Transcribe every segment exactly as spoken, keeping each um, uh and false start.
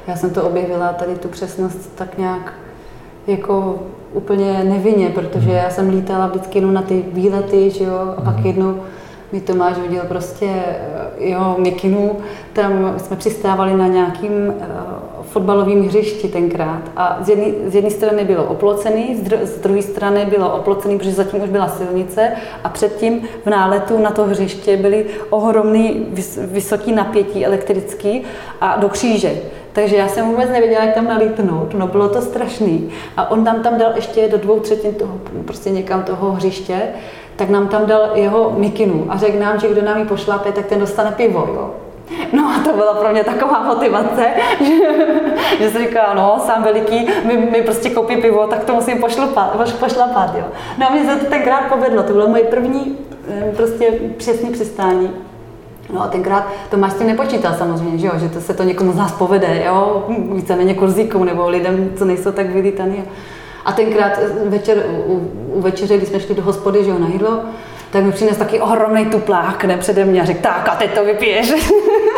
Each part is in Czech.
Já jsem to objevila, tady tu přesnost tak nějak jako úplně nevinně, protože já jsem lítala vždycky jenom na ty výlety, že jo, a pak jednou mi Tomáš hodil prostě jeho mikinu, tam jsme přistávali na nějakým uh, fotbalovém hřišti tenkrát a z jedné z jedné strany bylo oplocený, z, dru- z druhé strany bylo oplocený, protože zatím už byla silnice a předtím v náletu na to hřiště byly ohromný vys- vysoký napětí elektrický a do kříže. Takže já jsem vůbec nevěděla, jak tam nalítnout, no bylo to strašný. A on tam tam dal ještě do dvou třetin toho, prostě někam toho hřiště, tak nám tam dal jeho mikinu a řekl nám, že kdo nám ji pošlape, tak ten dostane pivo, jo. No a to byla pro mě taková motivace, že, že jsem říkala, no sám veliký, mi, mi prostě koupí pivo, tak to musím pošlapat, pošlapat, jo. No a mě se to tenkrát povedlo, to bylo moje první prostě přesné přistání. No a tenkrát Tomáš s tím nepočítal samozřejmě, že jo, že to se to někomu z nás povede, jo, víceméně kurzíkům nebo lidem, co nejsou tak vylítaný. A tenkrát večer, u, u večeře, když jsme šli do hospody, že jo, na jídlo, tak mi přines taky ohromný tuplák, ne přede mě a řekl, tak a teď to vypiješ.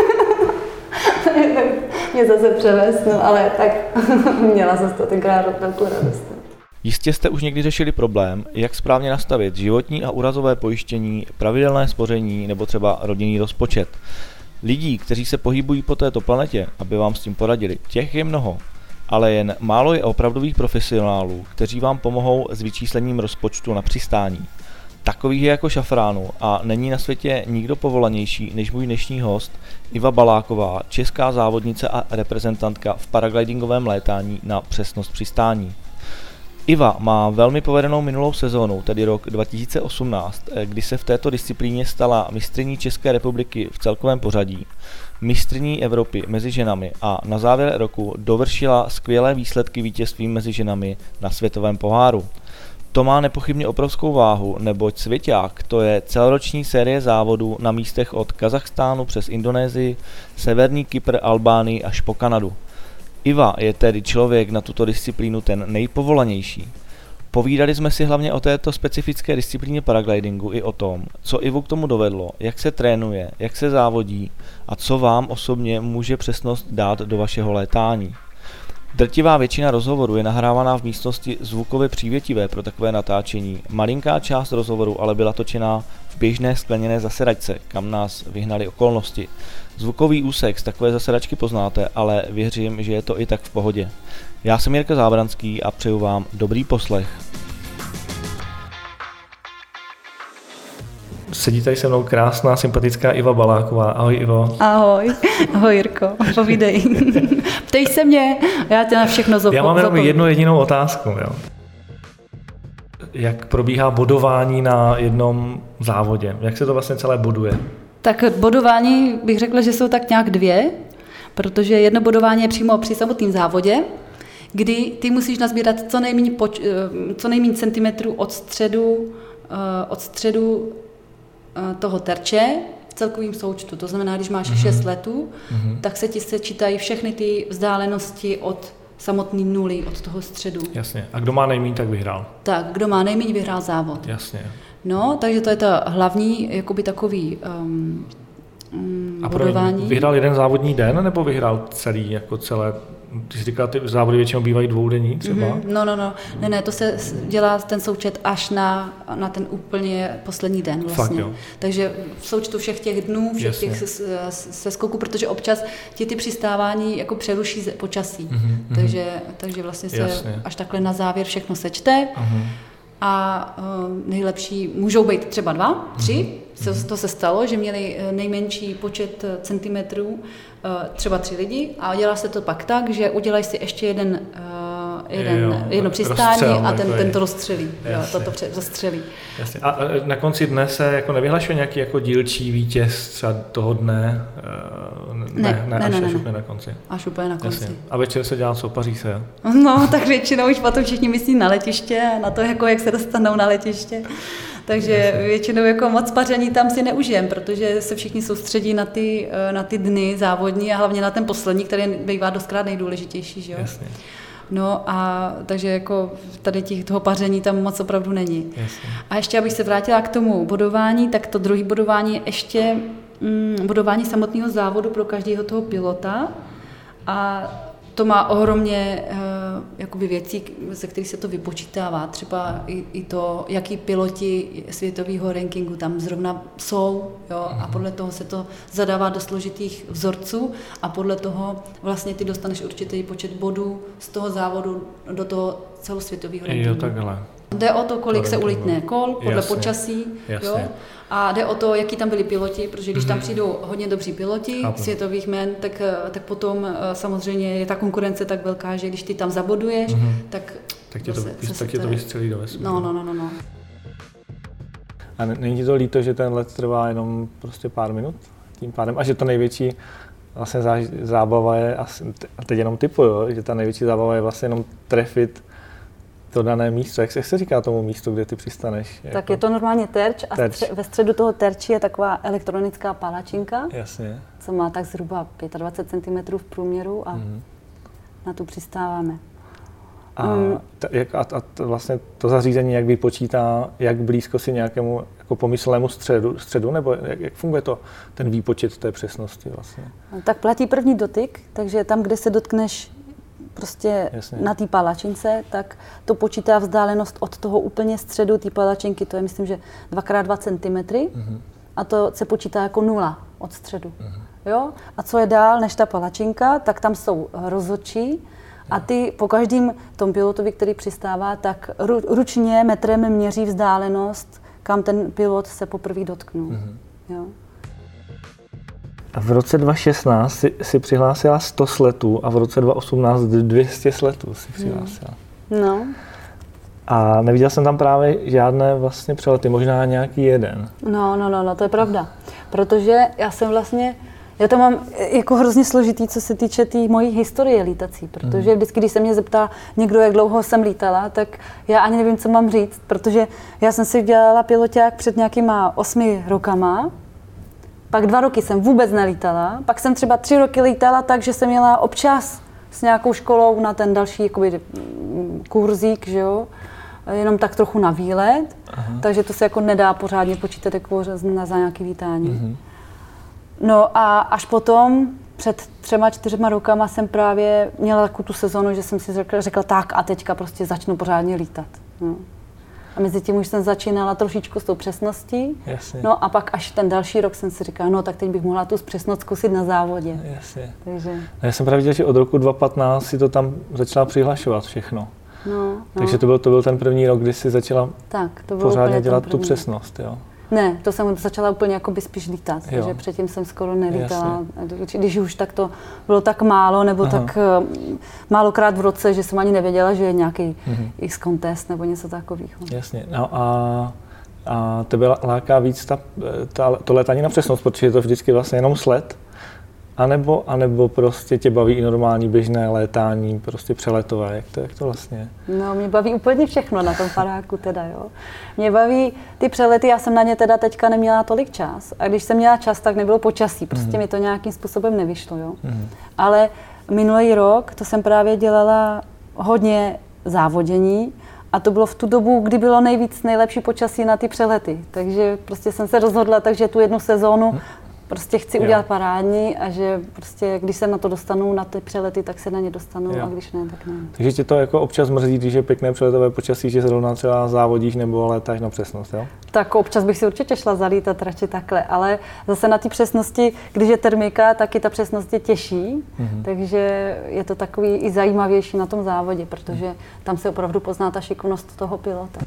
Mě zase převez, no ale tak měla jsem z toho tenkrát velkou radost. Jistě jste už někdy řešili problém, jak správně nastavit životní a úrazové pojištění, pravidelné spoření nebo třeba rodinný rozpočet. Lidí, kteří se pohybují po této planetě, aby vám s tím poradili, těch je mnoho, ale jen málo je opravdových profesionálů, kteří vám pomohou s vyčíslením rozpočtu na přistání. Takových je jako šafránu a není na světě nikdo povolanější než můj dnešní host Iva Baláková, česká závodnice a reprezentantka v paraglidingovém létání na přesnost přistání. Iva má velmi povedenou minulou sezónu, tedy rok dva tisíce osmnáct, kdy se v této disciplíně stala mistryní České republiky v celkovém pořadí, mistryní Evropy mezi ženami a na závěr roku dovršila skvělé výsledky vítězství mezi ženami na světovém poháru. To má nepochybně obrovskou váhu, neboť Svěťák to je celoroční série závodů na místech od Kazachstánu přes Indonésii, Severní Kypr, Albánii až po Kanadu. Iva je tedy člověk na tuto disciplínu ten nejpovolanější. Povídali jsme si hlavně o této specifické disciplíně paraglidingu i o tom, co Ivu k tomu dovedlo, jak se trénuje, jak se závodí a co vám osobně může přesnost dát do vašeho létání. Drtivá většina rozhovorů je nahrávaná v místnosti zvukově přívětivé pro takové natáčení. Malinká část rozhovoru ale byla točená v běžné skleněné zasedačce, kam nás vyhnali okolnosti. Zvukový úsek z takové zasedačky poznáte, ale věřím, že je to i tak v pohodě. Já jsem Jirka Zábranský a přeju vám dobrý poslech. Sedí tady se mnou krásná, sympatická Iva Baláková. Ahoj Ivo. Ahoj, ahoj Jirko, povídej. Ptej se mě, já tě na všechno zopovím. Já mám jenom jednu jedinou otázku. Jo. Jak probíhá bodování na jednom závodě? Jak se to vlastně celé boduje? Tak bodování bych řekla, že jsou tak nějak dvě, protože jedno bodování je přímo při samotném závodě, kdy ty musíš nazbírat co nejméně, poč- co nejméně centimetrů od středu, od středu toho terče v celkovém součtu. To znamená, když máš mm-hmm. šest letů, mm-hmm. tak se ti sečítají všechny ty vzdálenosti od samotné nuly, od toho středu. Jasně. A kdo má nejméně, tak vyhrál. Tak, kdo má nejméně, vyhrál závod. Jasně. No, takže to je ta hlavní, jakoby takový um, um, a bodování. Vyhrál jeden závodní den, nebo vyhrál celý, jako celé? Ty jsi říkala, ty závody většinou bývají dvoudenní třeba? Mm-hmm. No, no, no. Ne, ne, to se dělá ten součet až na, na ten úplně poslední den vlastně. Fakt, jo. Takže v součtu všech těch dnů, všech Jasně. těch seskoků, protože občas ti ty přistávání jako přeruší počasí. Mm-hmm. Takže, takže vlastně se Jasně. až takhle na závěr všechno sečte. Mm-hmm. A uh, nejlepší můžou být třeba dva, tři. Mm-hmm. To se stalo, že měli nejmenší počet centimetrů, uh, třeba tři lidi, a dělá se to pak tak, že udělají si ještě jeden, uh, jeden jo, jedno přistání a ten, ten to rozstřelí. Jo, to to rozstřelí. Jasně. A na konci dne se jako nevyhlašuje nějaký jako dílčí vítěz třeba toho dne? Ne, ne, ne, ne, až, ne, ne. až úplně na konci. Až úplně na konci. Jasně. A večer se dělá co, paří se? No, tak většinou už potom všichni myslí na letiště, na to, jako jak se dostanou na letiště. Takže Jasně. většinou jako moc paření tam si neužijem, protože se všichni soustředí na ty, na ty dny závodní a hlavně na ten poslední, který bývá dostkrát nejdůležitější, že jo? Jasně. No a takže jako tady těch, toho paření tam moc opravdu není. Jasně. A ještě abych se vrátila k tomu bodování, tak to druhé bodování je ještě mm, bodování samotného závodu pro každého toho pilota. A to má ohromně uh, jakoby věcí, ze kterých se to vypočítává. Třeba i, i to, jaký piloti světového rankingu tam zrovna jsou, jo, a podle toho se to zadává do složitých vzorců a podle toho vlastně ty dostaneš určitý počet bodů z toho závodu do toho celosvětového rankingu. Jo, takhle. Jde o to, kolik to se ulitne kol podle jasně, počasí, jasně. Jo? A jde o to, jaký tam byli piloti, protože když tam přijdou hodně dobří piloti Chápu. světových jmen, tak, tak potom samozřejmě je ta konkurence tak velká, že když ty tam zaboduješ, mm-hmm. tak tak tě to, zase, tak zase tě to vystřelí do vesmíru. No, no, no, no, no. A není ti to líto, že ten let trvá jenom prostě pár minut tím pádem a že to největší vlastně zábava je, a teď jenom typu, jo, že ta největší zábava je vlastně jenom trefit to dané místo. Jak se říká tomu místu, kde ty přistaneš? Tak jako? je to normálně terč a terč. Stře- ve středu toho terči je taková elektronická palačinka, Jasně. co má tak zhruba dvacet pět centimetrů v průměru a mm. na tu přistáváme. A, mm. t- jak, a, a t- vlastně to zařízení jak vypočítá, jak blízko si nějakému jako pomyslnému středu, středu nebo jak, jak funguje to, ten výpočet té přesnosti vlastně? No, tak platí první dotyk, takže tam, kde se dotkneš prostě Jasně. na té palačince, tak to počítá vzdálenost od toho úplně středu té palačinky, to je myslím, že dva krát dva centimetry mm-hmm. a to se počítá jako nula od středu. Mm-hmm. Jo? A co je dál než ta palačinka, tak tam jsou rozhodčí a ty po každém tom pilotovi, který přistává, tak ru, ručně metrem měří vzdálenost, kam ten pilot se poprvé dotknul. Mm-hmm. Jo? A v roce dva tisíce šestnáct si, si přihlásila sto sletů a v roce dva tisíce osmnáct dvě stě sletů si přihlásila. No. A neviděl jsem tam právě žádné vlastně přelety, možná nějaký jeden. No, no, no, no, to je pravda. Protože já jsem vlastně, já to mám jako hrozně složitý, co se týče té tý mojí historie lítací, protože vždycky, když se mě zeptá někdo, jak dlouho jsem lítala, tak já ani nevím, co mám říct, protože já jsem si dělala piloťák před nějakýma osmi rokama, pak dva roky jsem vůbec nelítala, pak jsem třeba tři roky lítala tak, že jsem jela občas s nějakou školou na ten další jakoby, kurzík, že jo, jenom tak trochu na výlet, aha. takže to se jako nedá pořádně počítat jako na za nějaké lítání. Mhm. No a až potom, před třema, čtyřma rokama jsem právě měla takovou tu sezonu, že jsem si řekla, řekla tak a teďka prostě začnu pořádně lítat. No. A mezi tím už jsem začínala trošičku s tou přesností. Jasně. No a pak až ten další rok jsem si říkala, no tak teď bych mohla tu přesnost zkusit na závodě. Jasně. Takže... Já jsem právě viděl, že od roku dva tisíce patnáct si to tam začala přihlašovat všechno. No, no. Takže to byl, to byl ten první rok, kdy si začala tak, to bylo pořádně dělat tu přesnost, jo? Ne, to jsem začala úplně jakoby spíš lítat, jo. Takže předtím jsem skoro nelítala. Jasně. Když už tak to bylo tak málo, nebo aha. tak uh, málokrát v roce, že jsem ani nevěděla, že je nějaký mhm. X-contest nebo něco takového. Jasně. No a, a tebe láká víc ta, ta, to létání na přesnost, protože je to vždycky vlastně jenom sled, anebo, anebo prostě tě baví i normální běžné létání, prostě přeletové, jak to, jak to vlastně je? No, mě baví úplně všechno na tom padáku teda, jo. Mě baví ty přelety, já jsem na ně teda teďka neměla tolik čas a když jsem měla čas, tak nebylo počasí, prostě mm. mi to nějakým způsobem nevyšlo, jo. Mm. Ale minulý rok, to jsem právě dělala hodně závodění a to bylo v tu dobu, kdy bylo nejvíc nejlepší počasí na ty přelety, takže prostě jsem se rozhodla, takže tu jednu sezónu mm. prostě chci jo. udělat parádní a že prostě, když se na to dostanu, na ty přelety, tak se na ně dostanu jo. a když ne, tak ne. Takže tě to jako občas mrzí, když je pěkné přeletové počasí, že zrovna třeba závodíš nebo létáš na přesnost, jo? Tak občas bych si určitě šla zalítat radši takhle, ale zase na té přesnosti, když je termika, tak i ta přesnost je těžší, mm-hmm. takže je to takový i zajímavější na tom závodě, protože tam se opravdu pozná ta šikovnost toho pilota.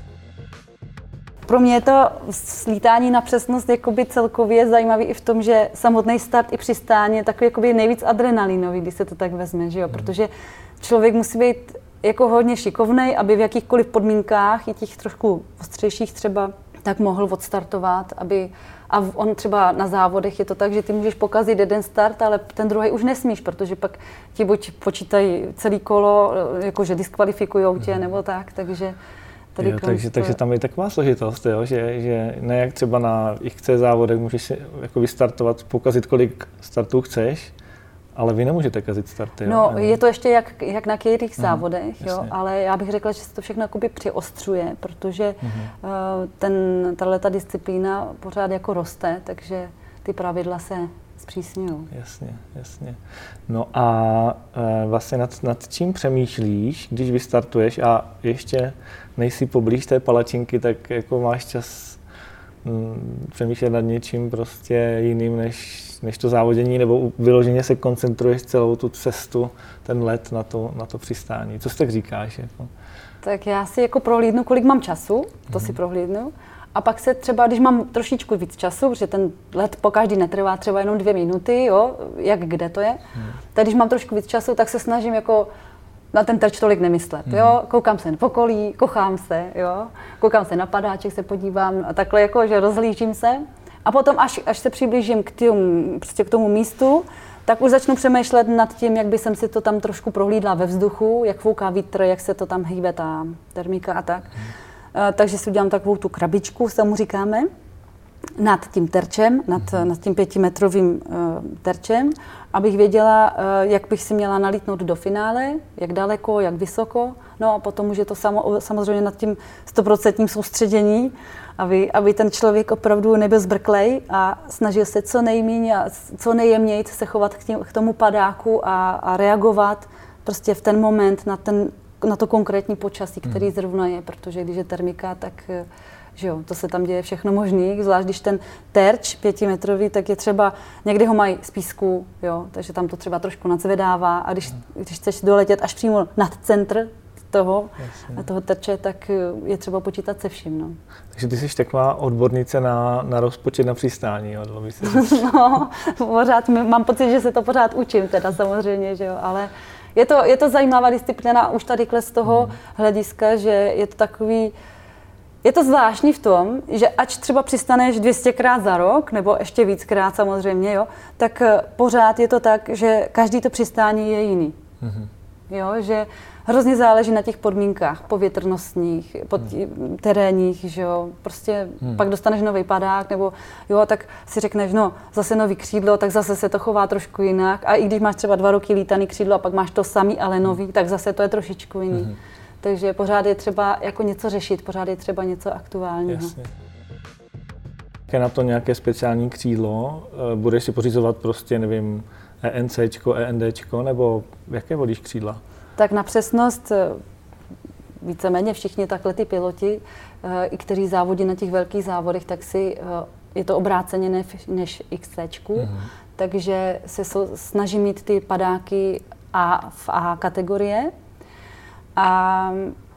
Pro mě je to slítání na přesnost jakoby celkově zajímavý i v tom, že samotný start i přistání je takový jakoby nejvíc adrenalinový, když se to tak vezme, že jo? Protože člověk musí být jako hodně šikovnej, aby v jakýchkoliv podmínkách, i těch trošku ostřejších třeba, tak mohl odstartovat, aby a on třeba na závodech je to tak, že ty můžeš pokazit jeden start, ale ten druhý už nesmíš, protože pak ti buď počítají celý kolo, jakože diskvalifikujou tě, nebo tak, takže Jo, takže, to... takže tam je taková složitost, jo, že, že ne jak třeba na X C závodech můžeš si jako vystartovat, pokazit kolik startů chceš, ale vy nemůžete kazit starty. No, jo, je to ještě jak, jak na kterých uh-huh, závodech, jo, jasně. ale já bych řekla, že se to všechno jakoby přiostřuje, protože uh-huh. uh, ten, tato disciplína pořád jako roste, takže ty pravidla se zpřísňuju. Jasně, jasně. No a e, vlastně nad, nad čím přemýšlíš, když vystartuješ a ještě nejsi poblíž té palačinky, tak jako máš čas mm, přemýšlet nad něčím prostě jiným než, než to závodění, nebo vyloženě se koncentruješ celou tu cestu, ten let na to, na to přistání. Co si tak říkáš? Jako? Tak já si jako prohlídnu, kolik mám času, to hmm. si prohlídnu. A pak se třeba, když mám trošičku víc času, protože ten let po každý netrvá třeba jenom dvě minuty, jo, jak kde to je, hmm. tak když mám trošku víc času, tak se snažím jako na ten terč tolik nemyslet, hmm. jo, koukám se v okolí, kochám se, jo, koukám se na padáček, se podívám a takhle jako, že rozhlížím se. A potom, až, až se přiblížím k, tím, prostě k tomu místu, tak už začnu přemýšlet nad tím, jak by jsem si to tam trošku prohlídla ve vzduchu, jak fouká vítr, jak se to tam hýbe, ta termika a tak. Hmm. Uh, takže si udělám takovou tu krabičku, se mu říkáme, nad tím terčem, nad, hmm. nad tím pětimetrovým uh, terčem, abych věděla, uh, jak bych si měla nalítnout do finále, jak daleko, jak vysoko. No a potom už je to samo, samozřejmě nad tím stoprocentním soustředění, aby, aby ten člověk opravdu nebyl zbrklej a snažil se co nejméně a co nejjemněji se chovat k, tím, k tomu padáku a, a reagovat prostě v ten moment na, ten, na to konkrétní počasí, který hmm. zrovna je, protože když je termika, tak že jo, to se tam děje všechno možný, zvlášť když ten terč pětimetrový, tak je třeba, někdy ho mají z písku, jo, takže tam to třeba trošku nadzvedává a když, když chceš doletět až přímo nad centr toho, a toho terče, tak je třeba počítat se vším. No. Takže ty jsi taková odbornice na, na rozpočet na přistání, jo? No, pořád, mám pocit, že se to pořád učím teda samozřejmě, že jo, ale je to, je to zajímavá disciplína už tady z toho hmm. hlediska, že je to takový, je to zvláštní v tom, že ač třeba přistaneš dvě stě krát za rok, nebo ještě víckrát samozřejmě, jo, tak pořád je to tak, že každý to přistání je jiný. Hmm. Jo, že hrozně záleží na těch podmínkách, povětrnostních, pod, hmm. terénních, že jo, prostě hmm. pak dostaneš nový padák, nebo jo, tak si řekneš, no, zase nový křídlo, tak zase se to chová trošku jinak a i když máš třeba dva roky lítaný křídlo a pak máš to samý, ale nový, hmm. tak zase to je trošičku jiný. Hmm. Takže pořád je třeba jako něco řešit, pořád je třeba něco aktuálního. Jasně. Je na to nějaké speciální křídlo? Budeš si pořizovat prostě, nevím, ENCčko, ENDčko, nebo jaké volíš křídla? Tak na přesnost víceméně všichni takhle ty piloti, i kteří závodí na těch velkých závodech, tak si je to obráceně než, než XCčku, mm-hmm. takže se snaží mít ty padáky A v A kategorie. A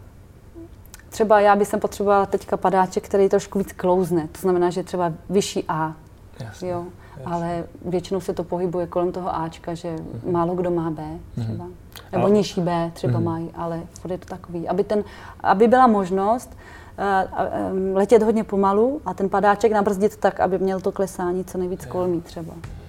třeba já bych potřebovala teďka padáček, který trošku víc klouzne, to znamená, že třeba vyšší A. Jasně, jo. Jasně. Ale většinou se to pohybuje kolem toho Ačka, že mm-hmm. málo kdo má B třeba. Mm-hmm. Nebo nižší B třeba mm-hmm. mají, ale je to takový. Aby, ten, aby byla možnost uh, um, letět hodně pomalu a ten padáček nabrzdit tak, aby měl to klesání co nejvíc kolmí třeba.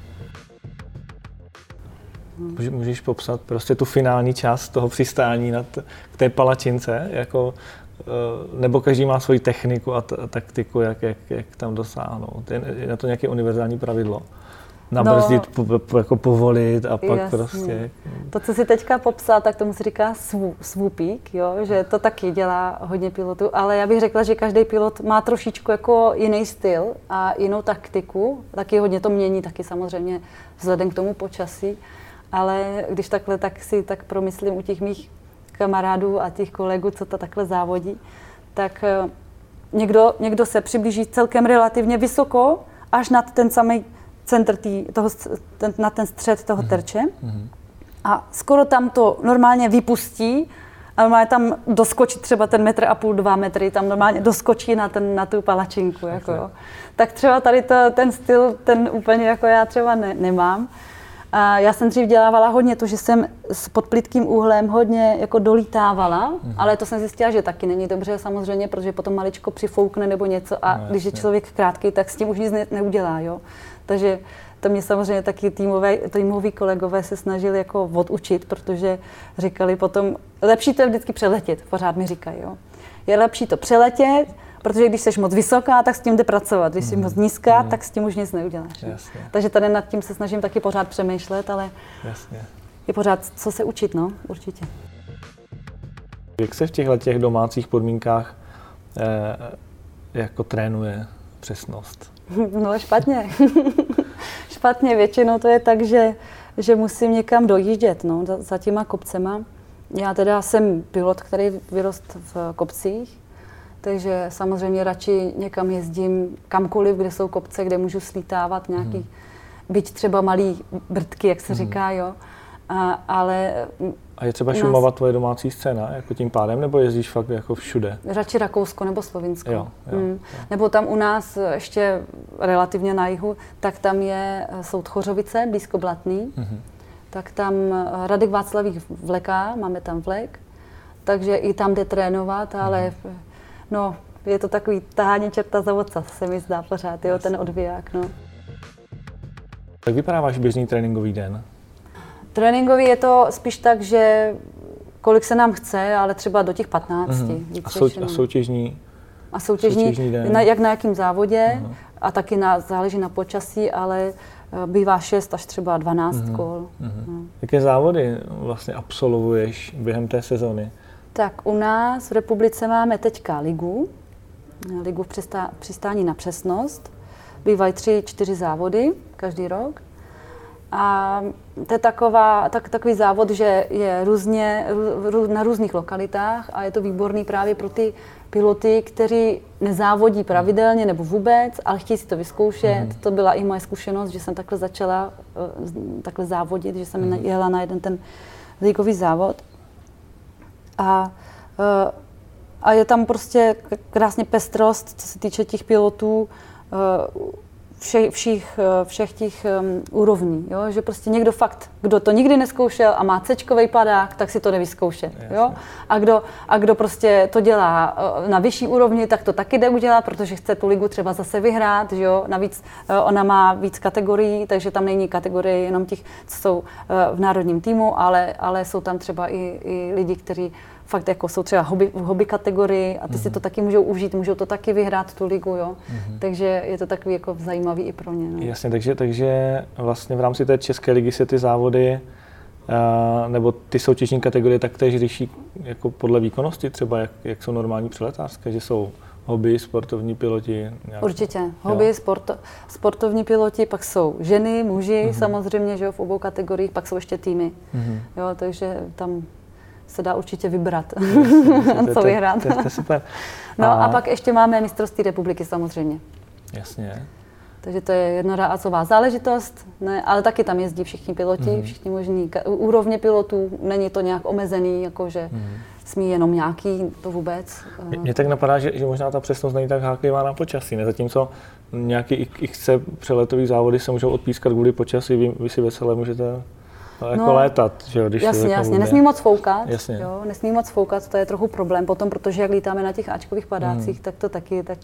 Hmm. Můžeš popsat prostě tu finální část toho přistání nad, k té palačince, jako, nebo každý má svoji techniku a, t- a taktiku, jak, jak, jak tam dosáhnout. Je na to nějaké univerzální pravidlo? Nabrzdit, no, po, po, jako povolit a pak jasně. prostě... To, co si teďka popsal, tak tomu se říká swoopík, jo, že to taky dělá hodně pilotů, ale já bych řekla, že každý pilot má trošičku jako jiný styl a jinou taktiku, taky hodně to mění, taky samozřejmě vzhledem k tomu počasí, ale když takhle tak si tak promyslím u těch mých kamarádů a těch kolegů, co to takhle závodí, tak někdo, někdo se přiblíží celkem relativně vysoko, až nad ten samý centr tý, toho, ten, na ten střed toho terče mm-hmm. a skoro tam to normálně vypustí a normálně tam doskočí třeba ten metr a půl, dva metry, tam normálně doskočí na, ten, na tu palačinku. Jako, jo. Tak třeba tady to, ten styl, ten úplně jako já třeba ne, nemám. A já jsem dřív dělávala hodně to, že jsem s podplitkým úhlem hodně jako dolítávala, mm-hmm. ale to jsem zjistila, že taky není dobře samozřejmě, protože potom maličko přifoukne nebo něco a no, když je člověk krátký, tak s tím už nic ne, neudělá. Jo. Takže to mě samozřejmě taky týmové, týmoví kolegové se snažili jako odučit, protože říkali potom, lepší to je vždycky přeletět, pořád mi říkají. Jo. Je lepší to přeletět, protože když jsi moc vysoká, tak s tím jde pracovat. Když jsi mm. moc nízká, mm. tak s tím už nic neuděláš. Jasně. Takže tady nad tím se snažím taky pořád přemýšlet, ale jasně. je pořád co se učit, no, určitě. Jak se v těchto těch domácích podmínkách eh, jako trénuje přesnost? No špatně. špatně. špatně, většinou to je tak, že, že musím někam dojíždět, no, za, za těma kopcema. Já teda jsem pilot, který vyrost v kopcích, takže samozřejmě radši někam jezdím kamkoliv, kde jsou kopce, kde můžu slítávat nějaký, hmm. byť třeba malý brdky, jak se hmm. říká, jo. A, ale A je třeba Šumava tvoje domácí scéna, jako tím pádem, nebo jezdíš fakt jako všude? Radši Rakousko nebo Slovinsko. Jo, jo, mm. jo. Nebo tam u nás ještě relativně na jihu, tak tam je, jsou Tchořovice, blízko Blatný. Mm-hmm. Tak tam Radek Václavík vleká, máme tam vlek, takže i tam jde trénovat, ale mm. no, je to takový tahání čerta za oca, se mi zdá pořád, jo, ten odbiják, no. Jak vypadá váš běžný tréninkový den? Tréninkový je to spíš tak, že kolik se nám chce, ale třeba do těch patnácti. Mm-hmm. A, sou, a soutěžní? A soutěžní, soutěžní den? Na, jak na jakém závodě, mm-hmm. a taky na, záleží na počasí, ale bývá šest až třeba dvanáct mm-hmm. kol. Mm-hmm. No. Jaké závody vlastně absolvuješ během té sezony? Tak u nás v republice máme teďka ligu, ligu v přistá, přistání na přesnost. Bývají tři, čtyři závody každý rok. A to je taková, tak, takový závod, že je různě, rů, na různých lokalitách a je to výborný právě pro ty piloty, kteří nezávodí pravidelně nebo vůbec, ale chtějí si to vyzkoušet. Mm. To byla i moje zkušenost, že jsem takhle začala takhle závodit, že jsem mm. jela na jeden ten ligový závod. A, a je tam prostě krásně pestrost, co se týče těch pilotů, Vše, všich, všech těch um, úrovní, jo? Že prostě někdo fakt, kdo to nikdy neskoušel a má cečkovej padák, tak si to nevyzkoušet, jo? A kdo, a kdo prostě to dělá uh, na vyšší úrovni, tak to taky jde udělat, protože chce tu ligu třeba zase vyhrát, že jo? Navíc uh, ona má víc kategorií, takže tam není kategorie jenom těch, co jsou uh, v národním týmu, ale, ale jsou tam třeba i, i lidi, kteří fakt jako jsou třeba hobby, v hobby kategorii a ty mm-hmm. si to taky můžou užít, můžou to taky vyhrát tu ligu, jo. Mm-hmm. Takže je to takový jako zajímavý i pro ně. No. Jasně, takže, takže vlastně v rámci té české ligy se ty závody uh, nebo ty soutěžní kategorie taktéž řeší jako podle výkonnosti třeba, jak, jak jsou normální přeletářské, že jsou hobby, sportovní piloti? Nějak... Určitě. Hobby, sporto, sportovní piloti, pak jsou ženy, muži, mm-hmm. samozřejmě, že jo, v obou kategoriích, pak jsou ještě týmy. Mm-hmm. Jo, takže tam se dá určitě vybrat, jasně, co vyhrát. To, to, to je super. No a... a pak ještě máme mistrovství republiky samozřejmě. Jasně. Takže to je jednorázová záležitost, ne, ale taky tam jezdí všichni piloti, mm-hmm. všichni možní úrovně pilotů, není to nějak omezený, jakože mm-hmm. smí jenom nějaký, to vůbec. Mně tak napadá, že, že možná ta přesnost není tak háklivá na počasí, ne? Zatímco nějaký iks cé přeletový závody se můžou odpískat kvůli počasí, vy, vy si veselé můžete jako no, létat, že jo, když jasně, jasně, nesmí moc foukat, jasně. Jo, nesmí moc foukat, to je trochu problém potom, protože jak lítáme na těch áčkových padácích, mm. tak to taky, tak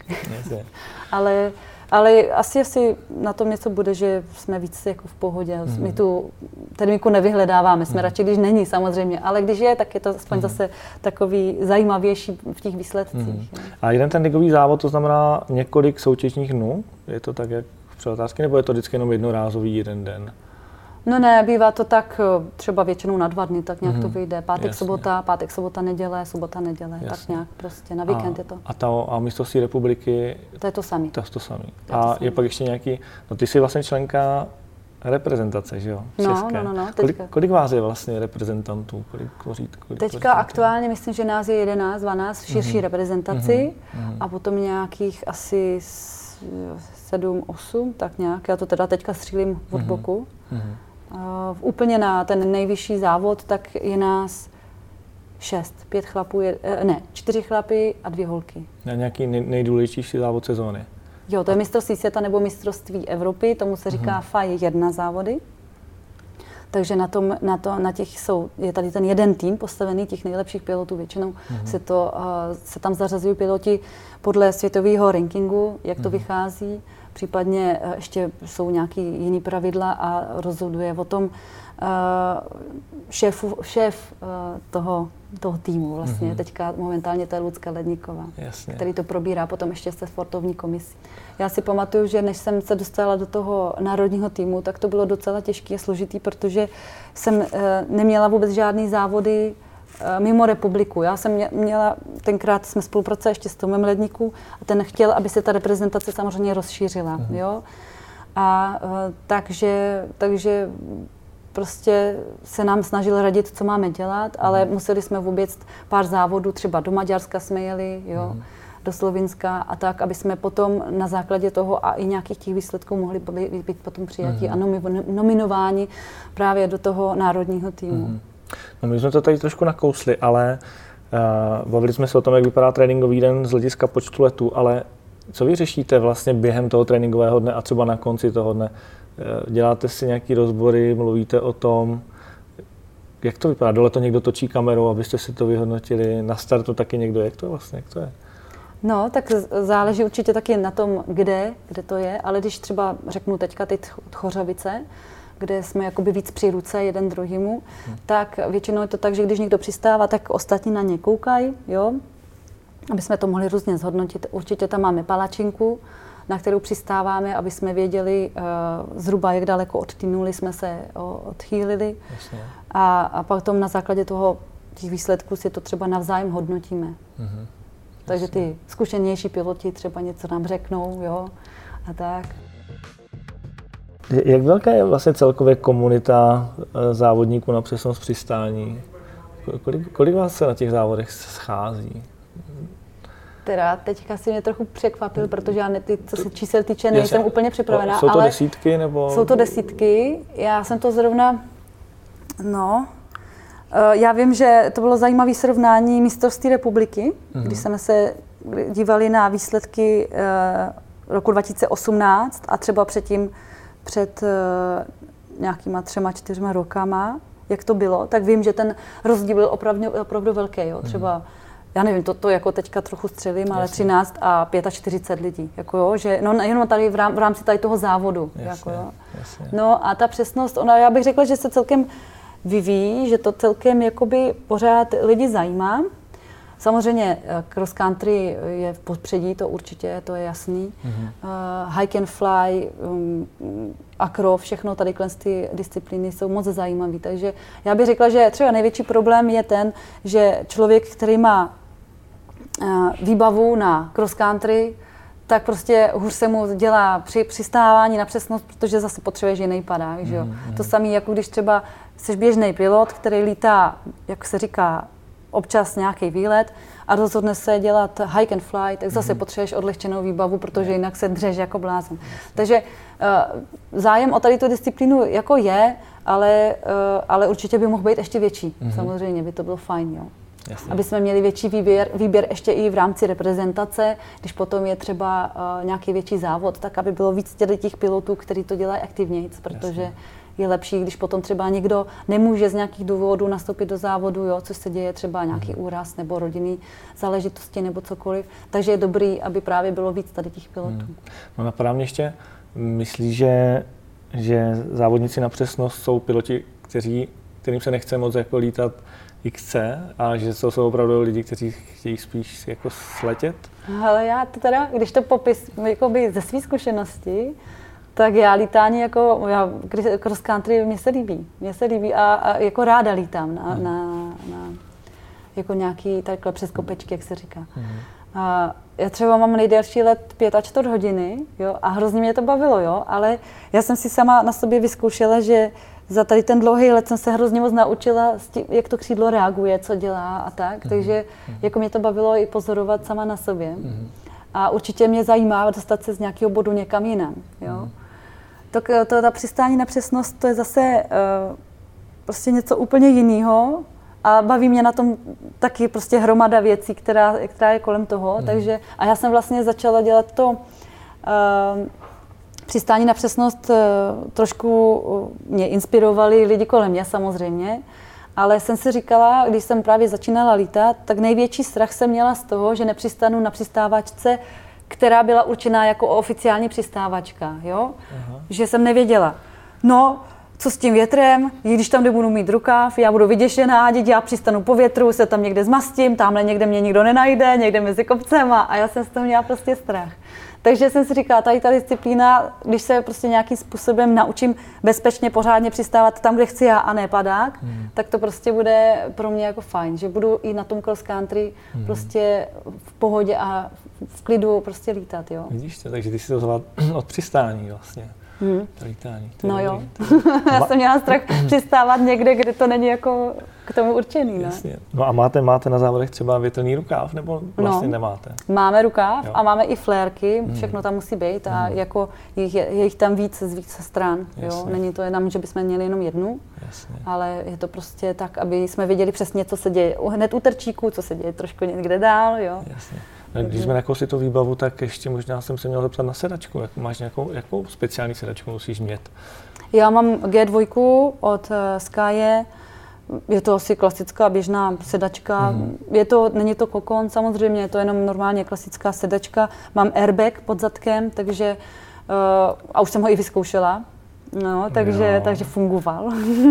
ale, ale asi, asi na tom něco bude, že jsme víc jako v pohodě, mm. my tu termiku nevyhledáváme, jsme mm. radši, když není samozřejmě, ale když je, tak je to aspoň mm. zase takový zajímavější v těch výsledcích. Mm. A jeden ten ligový závod, to znamená několik soutěžních dnů, je to tak jak v přeletářské, nebo je to vždycky jenom jednorázový jeden den? No ne, bývá to tak třeba většinou na dva dny, tak nějak mm-hmm. to vyjde. Pátek, jasně. sobota, pátek, sobota, neděle, sobota, neděle, jasně. tak nějak prostě na víkend a, je to. A, ta, a mistrovství republiky? To je to samý. To je to samý. To je a to samý. Je pak ještě nějaký, no ty jsi vlastně členka reprezentace, že jo? No, České. no, no, no, kolik, kolik vás je vlastně reprezentantů? Kolik tvoří, kolik teďka tvoří aktuálně myslím, že nás je jedenáct, dvanáct v širší mm-hmm. reprezentaci mm-hmm. a potom nějakých asi sedm, osm, tak nějak. Já to teda teďka střílím od mm-hmm. boku. Mm-hmm. Uh, úplně na ten nejvyšší závod, tak je nás šest, pět chlapů, je, ne, čtyři chlapy a dvě holky. Na nějaký nej, nejdůležitější závod sezóny? Jo, to je mistrovství světa nebo mistrovství Evropy, tomu se říká uh-huh. F A jedna závody. Takže na, tom, na, to, na těch jsou, je tady ten jeden tým postavený těch nejlepších pilotů, většinou uh-huh. se, to, uh, se tam zařazují piloti podle světového rankingu, jak to uh-huh. vychází. Případně ještě jsou nějaké jiné pravidla a rozhoduje o tom uh, šéf, šéf uh, toho, toho týmu vlastně. Mm-hmm. Teďka momentálně to je Lucka Ledníková, Jasně. který to probírá potom ještě se sportovní komisí. Já si pamatuju, že než jsem se dostala do toho národního týmu, tak to bylo docela těžké a složitý, protože jsem uh, neměla vůbec žádný závody mimo republiku. Já jsem měla, tenkrát jsme spolupracovali ještě s Tomem Ledníků a ten chtěl, aby se ta reprezentace samozřejmě rozšířila. Mm. Jo? A uh, takže, takže prostě se nám snažil radit, co máme dělat, ale mm. museli jsme vůbec pár závodů, třeba do Maďarska jsme jeli, jo, mm. do Slovinska a tak, aby jsme potom na základě toho a i nějakých těch výsledků mohli být, být potom přijatí mm. a nominováni právě do toho národního týmu. Mm. No my jsme to tady trošku nakousli, ale uh, bavili jsme se o tom, jak vypadá tréninkový den z hlediska počtu letů, ale co vy řešíte vlastně během toho tréninkového dne a třeba na konci toho dne? Děláte si nějaký rozbory, mluvíte o tom, jak to vypadá? Dole to někdo točí kamerou, abyste si to vyhodnotili, na startu taky někdo, jak to vlastně, jak to je? No, tak záleží určitě taky na tom, kde, kde to je, ale když třeba řeknu teďka ty Tchořavice, kde jsme jakoby víc při ruce jeden druhýmu, hmm. tak většinou je to tak, že když někdo přistává, tak ostatní na ně koukají, jo, aby jsme to mohli různě zhodnotit. Určitě tam máme palačinku, na kterou přistáváme, aby jsme věděli uh, zhruba, jak daleko od té nuly jsme se o, odchýlili. A, a potom na základě toho těch výsledků si to třeba navzájem hodnotíme. Mm-hmm. Takže ty zkušenější piloti třeba něco nám řeknou, jo, a tak. Jak velká je vlastně celkově komunita závodníků na přesnost přistání? Kolik, kolik vás se na těch závodech schází? Teda teďka si mě trochu překvapil, protože já ne, ty, co se čísel týče, nejsem Jasně. úplně připravená. Jsou to ale desítky nebo? Jsou to desítky. Já jsem to zrovna, no, já vím, že to bylo zajímavé srovnání mistrovství republiky, mm-hmm. když jsme se dívali na výsledky roku dva tisíce osmnáct a třeba předtím, před nějakýma třema, čtyřma rokama, jak to bylo, tak vím, že ten rozdíl byl opravdu, opravdu velký, jo, třeba mm-hmm. Já nevím, to, to jako teďka trochu střelím, ale Jasně. třináct a čtyřicet pět lidí, jako jo, že no jenom tady v, rám, v rámci tady toho závodu, Jasně. jako jo. Jasně. No a ta přesnost, ona, já bych řekla, že se celkem vyvíjí, že to celkem jakoby pořád lidi zajímá. Samozřejmě cross country je v popředí, to určitě, to je jasný. Mm-hmm. Uh, hike and fly, um, akro, všechno tady ty disciplíny jsou moc zajímavé. Takže já bych řekla, že třeba největší problém je ten, že člověk, který má uh, výbavu na cross country, tak prostě hůř se mu dělá při přistávání na přesnost, protože zase potřebuješ jiný padák, že jo. Mm-hmm. To samé, jako když třeba jsi běžný pilot, který lítá, jak se říká, občas nějaký výlet a rozhodne se dělat hike and fly, tak zase mm-hmm. potřebuješ odlehčenou výbavu, protože jinak se dřeš jako blázen. Takže uh, zájem o tady tu disciplínu jako je, ale, uh, ale určitě by mohl být ještě větší. Mm-hmm. Samozřejmě by to bylo fajn, jo. Jasně. Aby jsme měli větší výběr, výběr ještě i v rámci reprezentace, když potom je třeba uh, nějaký větší závod, tak aby bylo víc těch pilotů, kteří to dělají aktivnějc, protože Jasně. je lepší, když potom třeba někdo nemůže z nějakých důvodů nastoupit do závodu, jo, což se děje třeba nějaký hmm. úraz nebo rodinný záležitosti nebo cokoliv. Takže je dobrý, aby právě bylo víc tady těch pilotů. Hmm. No napadá mě ještě, myslíš, že, že závodníci na přesnost jsou piloti, kteří, kterým se nechce moc jako lítat X C a že to jsou opravdu lidi, kteří chtějí spíš jako sletět? Ale já to teda, když to popis jakoby ze své zkušenosti, tak já lítání jako, já cross country mě se líbí, mě se líbí a, a jako ráda lítám na, hmm. na, na jako nějaký takhle přes kopečky, jak se říká. Hmm. A já třeba mám nejdelší let pět a čtvrt hodiny, jo, a hrozně mě to bavilo, jo, ale já jsem si sama na sobě vyzkoušela, že za tady ten dlouhý let jsem se hrozně moc naučila, jak to křídlo reaguje, co dělá a tak, hmm. takže jako mě to bavilo i pozorovat sama na sobě. Hmm. A určitě mě zajímá dostat se z nějakého bodu někam jinam, jo. Hmm. Tak to, ta přistání na přesnost, to je zase uh, prostě něco úplně jiného a baví mě na tom taky prostě hromada věcí, která, která je kolem toho, mm. takže a já jsem vlastně začala dělat to uh, přistání na přesnost, uh, trošku uh, mě inspirovali lidi kolem mě samozřejmě, ale jsem si říkala, když jsem právě začínala lítat, tak největší strach jsem měla z toho, že nepřistanu na přistávačce, která byla určená jako oficiální přistávačka, jo? Aha. Že jsem nevěděla, no, co s tím větrem, když tam nebudu mít rukáv, já budu vyděšená, děť já přistanu po větru, se tam někde zmastím, tamhle někde mě nikdo nenajde, někde mezi kopcema a já jsem z toho měla prostě strach. Takže jsem si říkala, tady ta disciplína, když se prostě nějakým způsobem naučím bezpečně, pořádně přistávat tam, kde chci já a ne padák, hmm. tak to prostě bude pro mě jako fajn, že budu i na tom cross country hmm. prostě v pohodě a v klidu prostě lítat, jo. Vidíš to, takže ty si to vzala od přistání vlastně. Hmm. To lítání. To no jo. Já jsem měla strach přistávat někde, kde to není jako k tomu určený. Ne? Jasně. No a máte, máte na závodech třeba větrný rukáv, nebo vlastně no. nemáte? Máme rukáv jo. a máme i flérky, hmm. všechno tam musí být a hmm. jako je, je jich tam víc z více stran. Jo? Není to jenom, že bychom měli jenom jednu, Jasně. ale je to prostě tak, aby jsme viděli přesně, co se děje hned u trčíku, co se děje trošku někde dál. Jo? Jasně. No, když jsme nakousli tu výbavu, tak ještě možná jsem se měl zeptat na sedačku. Jak, máš nějakou, jakou speciální sedačku musíš mít? Já mám G dva od uh, Skye. Je to asi klasická běžná sedačka. Hmm. Je to, není to kokon samozřejmě, je to jenom normálně klasická sedačka. Mám airbag pod zadkem, takže uh, a už jsem ho i vyzkoušela. No, takže, takže fungoval.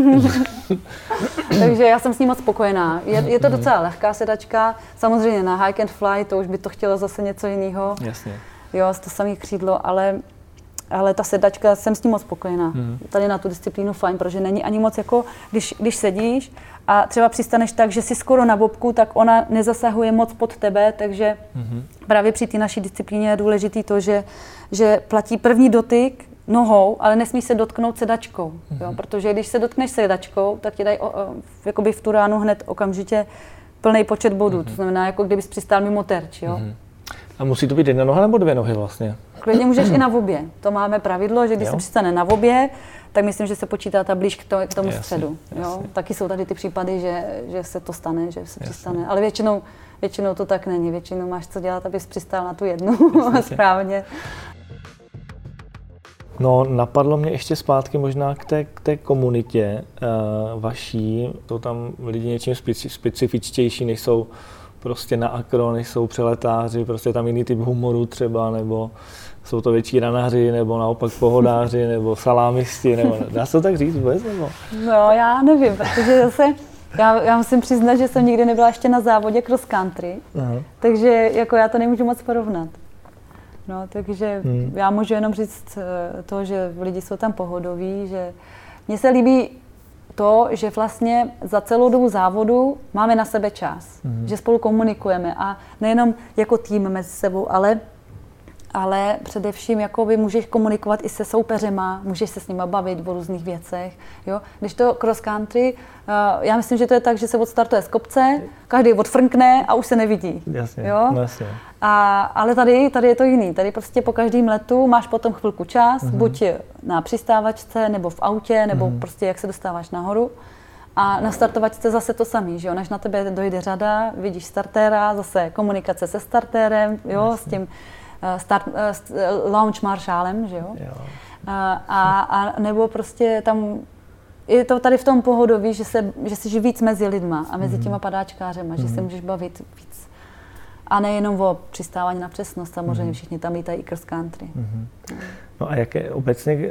Takže já jsem s ním moc spokojená. Je, je to docela lehká sedačka. Samozřejmě na hike and fly to už by to chtělo zase něco jiného. Jasně. Jo, to samé křídlo, ale, ale ta sedačka, jsem s ním moc spokojená. Mm. Tady na tu disciplínu fajn, protože není ani moc jako, když, když sedíš a třeba přistaneš tak, že jsi skoro na bobku, tak ona nezasahuje moc pod tebe, takže mm. právě při té naší disciplíně je důležitý to, že, že platí první dotyk nohou, ale nesmí se dotknout sedačkou, mm-hmm. jo? Protože když se dotkneš sedačkou, tak ti dají o, o, jakoby v tu ránu hned okamžitě plný počet bodů, mm-hmm. to znamená, jako kdybys přistál mimo terč. Jo? Mm-hmm. A musí to být jedna noha nebo dvě nohy vlastně? Klidně můžeš i na obě. To máme pravidlo, že když jo? se přistane na obě, tak myslím, že se počítá ta blíž k, to, k tomu jasně, středu. Jo? Taky jsou tady ty případy, že, že se to stane, že se jasně. přistane, ale většinou, většinou to tak není. Většinou máš co dělat, abys přistál na tu jednu správně. No, napadlo mě ještě zpátky možná k té, k té komunitě uh, vaší. Jsou tam lidi něčím speci, specifičtější, než jsou prostě na akro, než jsou přeletáři, prostě tam jiný typ humoru třeba, nebo jsou to větší ranaři, nebo naopak pohodáři, nebo salámisti, nebo dá se to tak říct vůbec, nebo? No, já nevím, protože zase já, já musím přiznat, že jsem nikdy nebyla ještě na závodě cross country, uh-huh. takže jako já to nemůžu moc porovnat. No, takže hmm. já můžu jenom říct to, že lidi jsou tam pohodoví, že mně se líbí to, že vlastně za celou dobu závodu máme na sebe čas, hmm. že spolu komunikujeme a nejenom jako tým mezi sebou, ale, ale především jakoby můžeš komunikovat i se soupeřema, můžeš se s nima bavit o různých věcech. Jo? Když to cross country, uh, já myslím, že to je tak, že se odstartuje z kopce, každý odfrkne a už se nevidí. Jasně, jo? No jasně. A, ale tady, tady je to jiný. Tady prostě po každém letu máš potom chvilku čas, mm-hmm. buď na přistávačce, nebo v autě, nebo mm-hmm. prostě jak se dostáváš nahoru. A na startovačce zase to samý, že jo? Než na tebe dojde řada, vidíš startéra, zase komunikace se startérem, jo, jasně. s tím uh, start, uh, launch maršálem, že jo? jo. Uh, a, a nebo prostě tam je to tady v tom pohodový, že, se, že jsi víc mezi lidma a mezi mm-hmm. těma padáčkářema, mm-hmm. že se můžeš bavit víc. A nejenom o přistávání na přesnost, samozřejmě všichni tam lítají i cross country. Mm-hmm. No a jak je obecně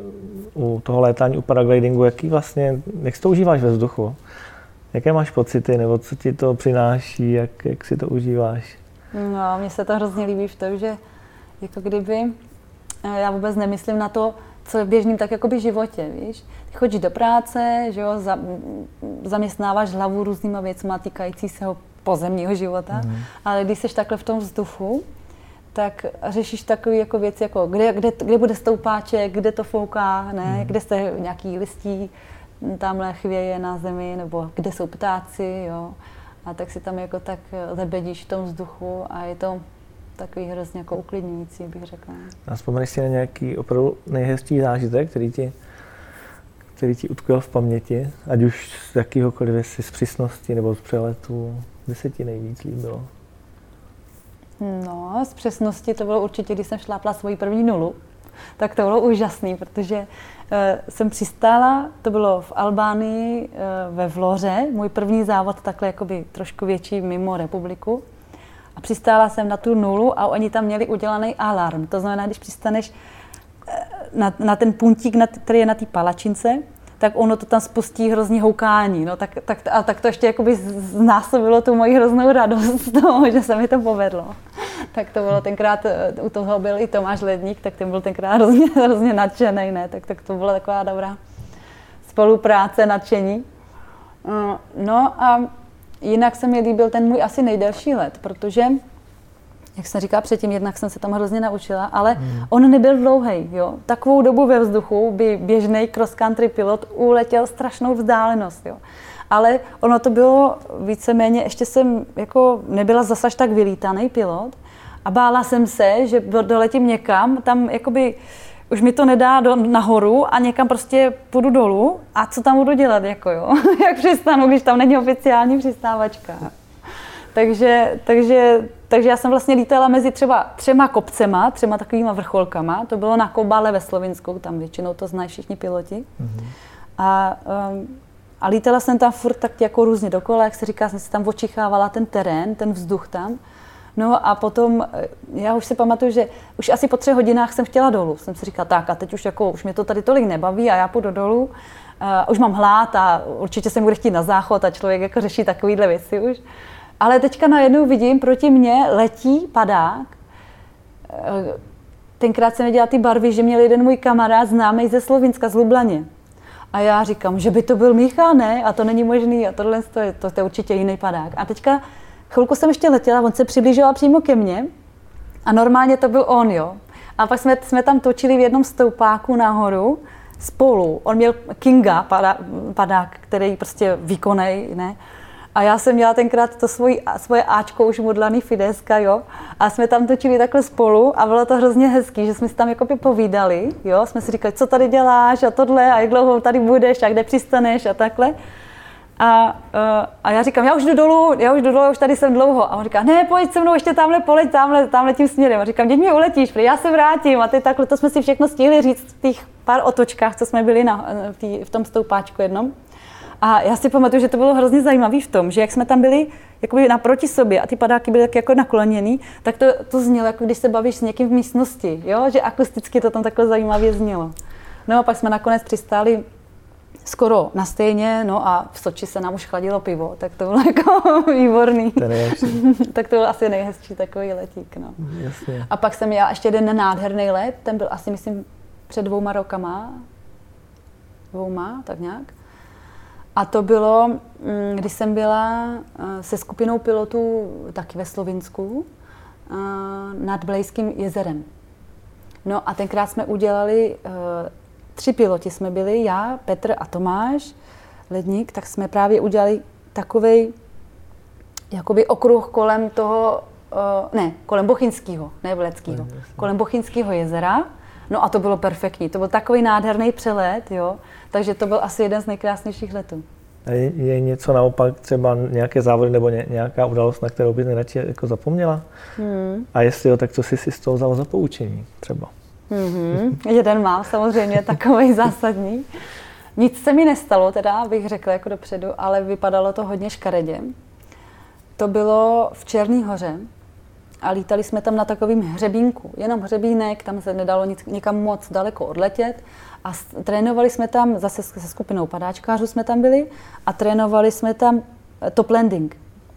u toho létání, u paraglidingu, jaký vlastně, jak si to užíváš ve vzduchu? Jaké máš pocity, nebo co ti to přináší, jak, jak si to užíváš? No, mně se to hrozně líbí v tom, že jako kdyby, já vůbec nemyslím na to, co je v běžným tak jakoby životě, víš? Ty chodíš do práce, že jo, za, zaměstnáváš hlavu různýma věcma týkající se pozemního života, mm. ale když jsi takhle v tom vzduchu, tak řešíš takové jako věci, jako kde, kde, kde bude stoupáček, kde to fouká, ne? Mm. kde jste nějaký listí, tamhle chvěje na zemi, nebo kde jsou ptáci, jo. A tak si tam jako tak lebedíš v tom vzduchu a je to takový hrozně jako uklidňující, bych řekla. A vzpomeneš si na nějaký opravdu nejhezčí zážitek, který ti, který ti utkvěl v paměti, ať už z jakýhokoliv, jestli z přísnosti nebo z přeletu, kde se ti nejvíc líbilo? No, z přesnosti to bylo určitě, když jsem šlápla svoji první nulu, tak to bylo úžasný, protože uh, jsem přistála, to bylo v Albánii, uh, ve Vloře, můj první závod takhle jakoby trošku větší mimo republiku. A přistála jsem na tu nulu a oni tam měli udělaný alarm. To znamená, když přistaneš na, na ten puntík, na, který je na té palačince, tak ono to tam spustí hrozný houkání. No, tak, tak, a tak to ještě jakoby znásobilo tu moji hroznou radost z toho, že se mi to povedlo. Tak to bylo tenkrát, u toho byl i Tomáš Ledník, tak ten byl tenkrát hrozně, hrozně nadšený, ne? Tak, tak to byla taková dobrá spolupráce, nadšení. No a jinak se mi líbil ten můj asi nejdelší let, protože jak jsem říkala předtím, jednak jsem se tam hrozně naučila, ale hmm. on nebyl dlouhej, jo. Takovou dobu ve vzduchu by běžný cross country pilot uletěl strašnou vzdálenost, jo. Ale ono to bylo víceméně, ještě jsem jako nebyla zase až tak vylítaný pilot a bála jsem se, že doletím někam, tam jakoby už mi to nedá do, nahoru a někam prostě půjdu dolů a co tam budu dělat, jako jo, jak přistanu, když tam není oficiální přistávačka. Takže, takže, takže já jsem vlastně lítala mezi třeba třema kopcema, třema takovýma vrcholkama, to bylo na Kobale ve Slovinsku, tam většinou to znají všichni piloti. Mm-hmm. A, um, a lítala jsem tam furt tak jako různě dokola, jak se říká, jsem si tam očichávala ten terén, ten vzduch tam. No a potom, já už si pamatuju, že už asi po třech hodinách jsem chtěla dolů. Jsem si říkala, tak a teď už jako, už mě to tady tolik nebaví a já půjdu dolů. Uh, už mám hlad a určitě se bude chtít na záchod a člověk jako řeší takovýhle věci už. Ale teďka najednou vidím, proti mně letí padák. Tenkrát jsem viděla ty barvy, že měl jeden můj kamarád známý ze Slovinska, z Lublaně. A já říkám, že by to byl Michal, ne? A to není možný a tohle to je, to je určitě jiný padák. A teďka chvilku jsem ještě letěla, on se přiblížoval přímo ke mně a normálně to byl on, jo. A pak jsme, jsme tam točili v jednom stoupáku nahoru spolu. On měl Kinga, padák, padák který prostě výkonnej, ne? A já jsem měla tenkrát to svoji, svoje áčko už modlaný Fideska, jo. A jsme tam točili takhle spolu a bylo to hrozně hezký, že jsme si tam jakoby povídali, jo. Jsme si říkali, co tady děláš a tohle a jak dlouho tady budeš a kde přistaneš a takhle. A, a já říkám, já už jdu dolů, já už jdu dolů, už tady jsem dlouho. A on říká, ne, pojď se mnou, ještě tamhle poleť, tamhle, tamhle tím směrem. A říkám, teď mě uletíš, já se vrátím. A ty takhle, to jsme si všechno stihli říct v těch pár otočkách, co jsme byli na, v, tý, v tom stoupáčku jednom. A já si pamatuju, že to bylo hrozně zajímavé v tom, že jak jsme tam byli jakoby naproti sobě a ty padáky byly tak jako nakloněný, tak to, to znělo, jako když se bavíš s někým v místnosti, jo? Že akusticky to tam takhle zajímavě znělo. No a pak jsme nakonec přistáli skoro na stejně, no a v Soči se nám už chladilo pivo, tak to bylo jako výborný. To tak to byl asi nejhezčí takový letík, no. Jasně. A pak jsem měla ještě jeden nádherný let, ten byl asi, myslím, před dvouma rokama, dvouma, tak nějak. A to bylo, když jsem byla se skupinou pilotů taky ve Slovinsku nad Blejským jezerem. No a tenkrát jsme udělali, tři piloti jsme byli, já, Petr a Tomáš Ledník, tak jsme právě udělali takovej jakoby okruh kolem toho, ne, kolem Bochynského, ne Vleckého, kolem Bochynského jezera. No a to bylo perfektní, to byl takový nádherný přelet, jo, takže to byl asi jeden z nejkrásnějších letů. A je, je něco naopak, třeba nějaké závody nebo ně, nějaká událost, na kterou bys nejradši jako zapomněla? Hmm. A jestli jo, tak co jsi si z toho vzal za poučení třeba? Mm-hmm. Jeden mám samozřejmě takový zásadní. Nic se mi nestalo, teda bych řekla jako dopředu, ale vypadalo to hodně škaredě. To bylo v Černý Hoře. A lítali jsme tam na takovým hřebínku, jenom hřebínek, tam se nedalo nic, někam moc daleko odletět. A trénovali jsme tam, zase se skupinou padáčkářů jsme tam byli, a trénovali jsme tam top landing.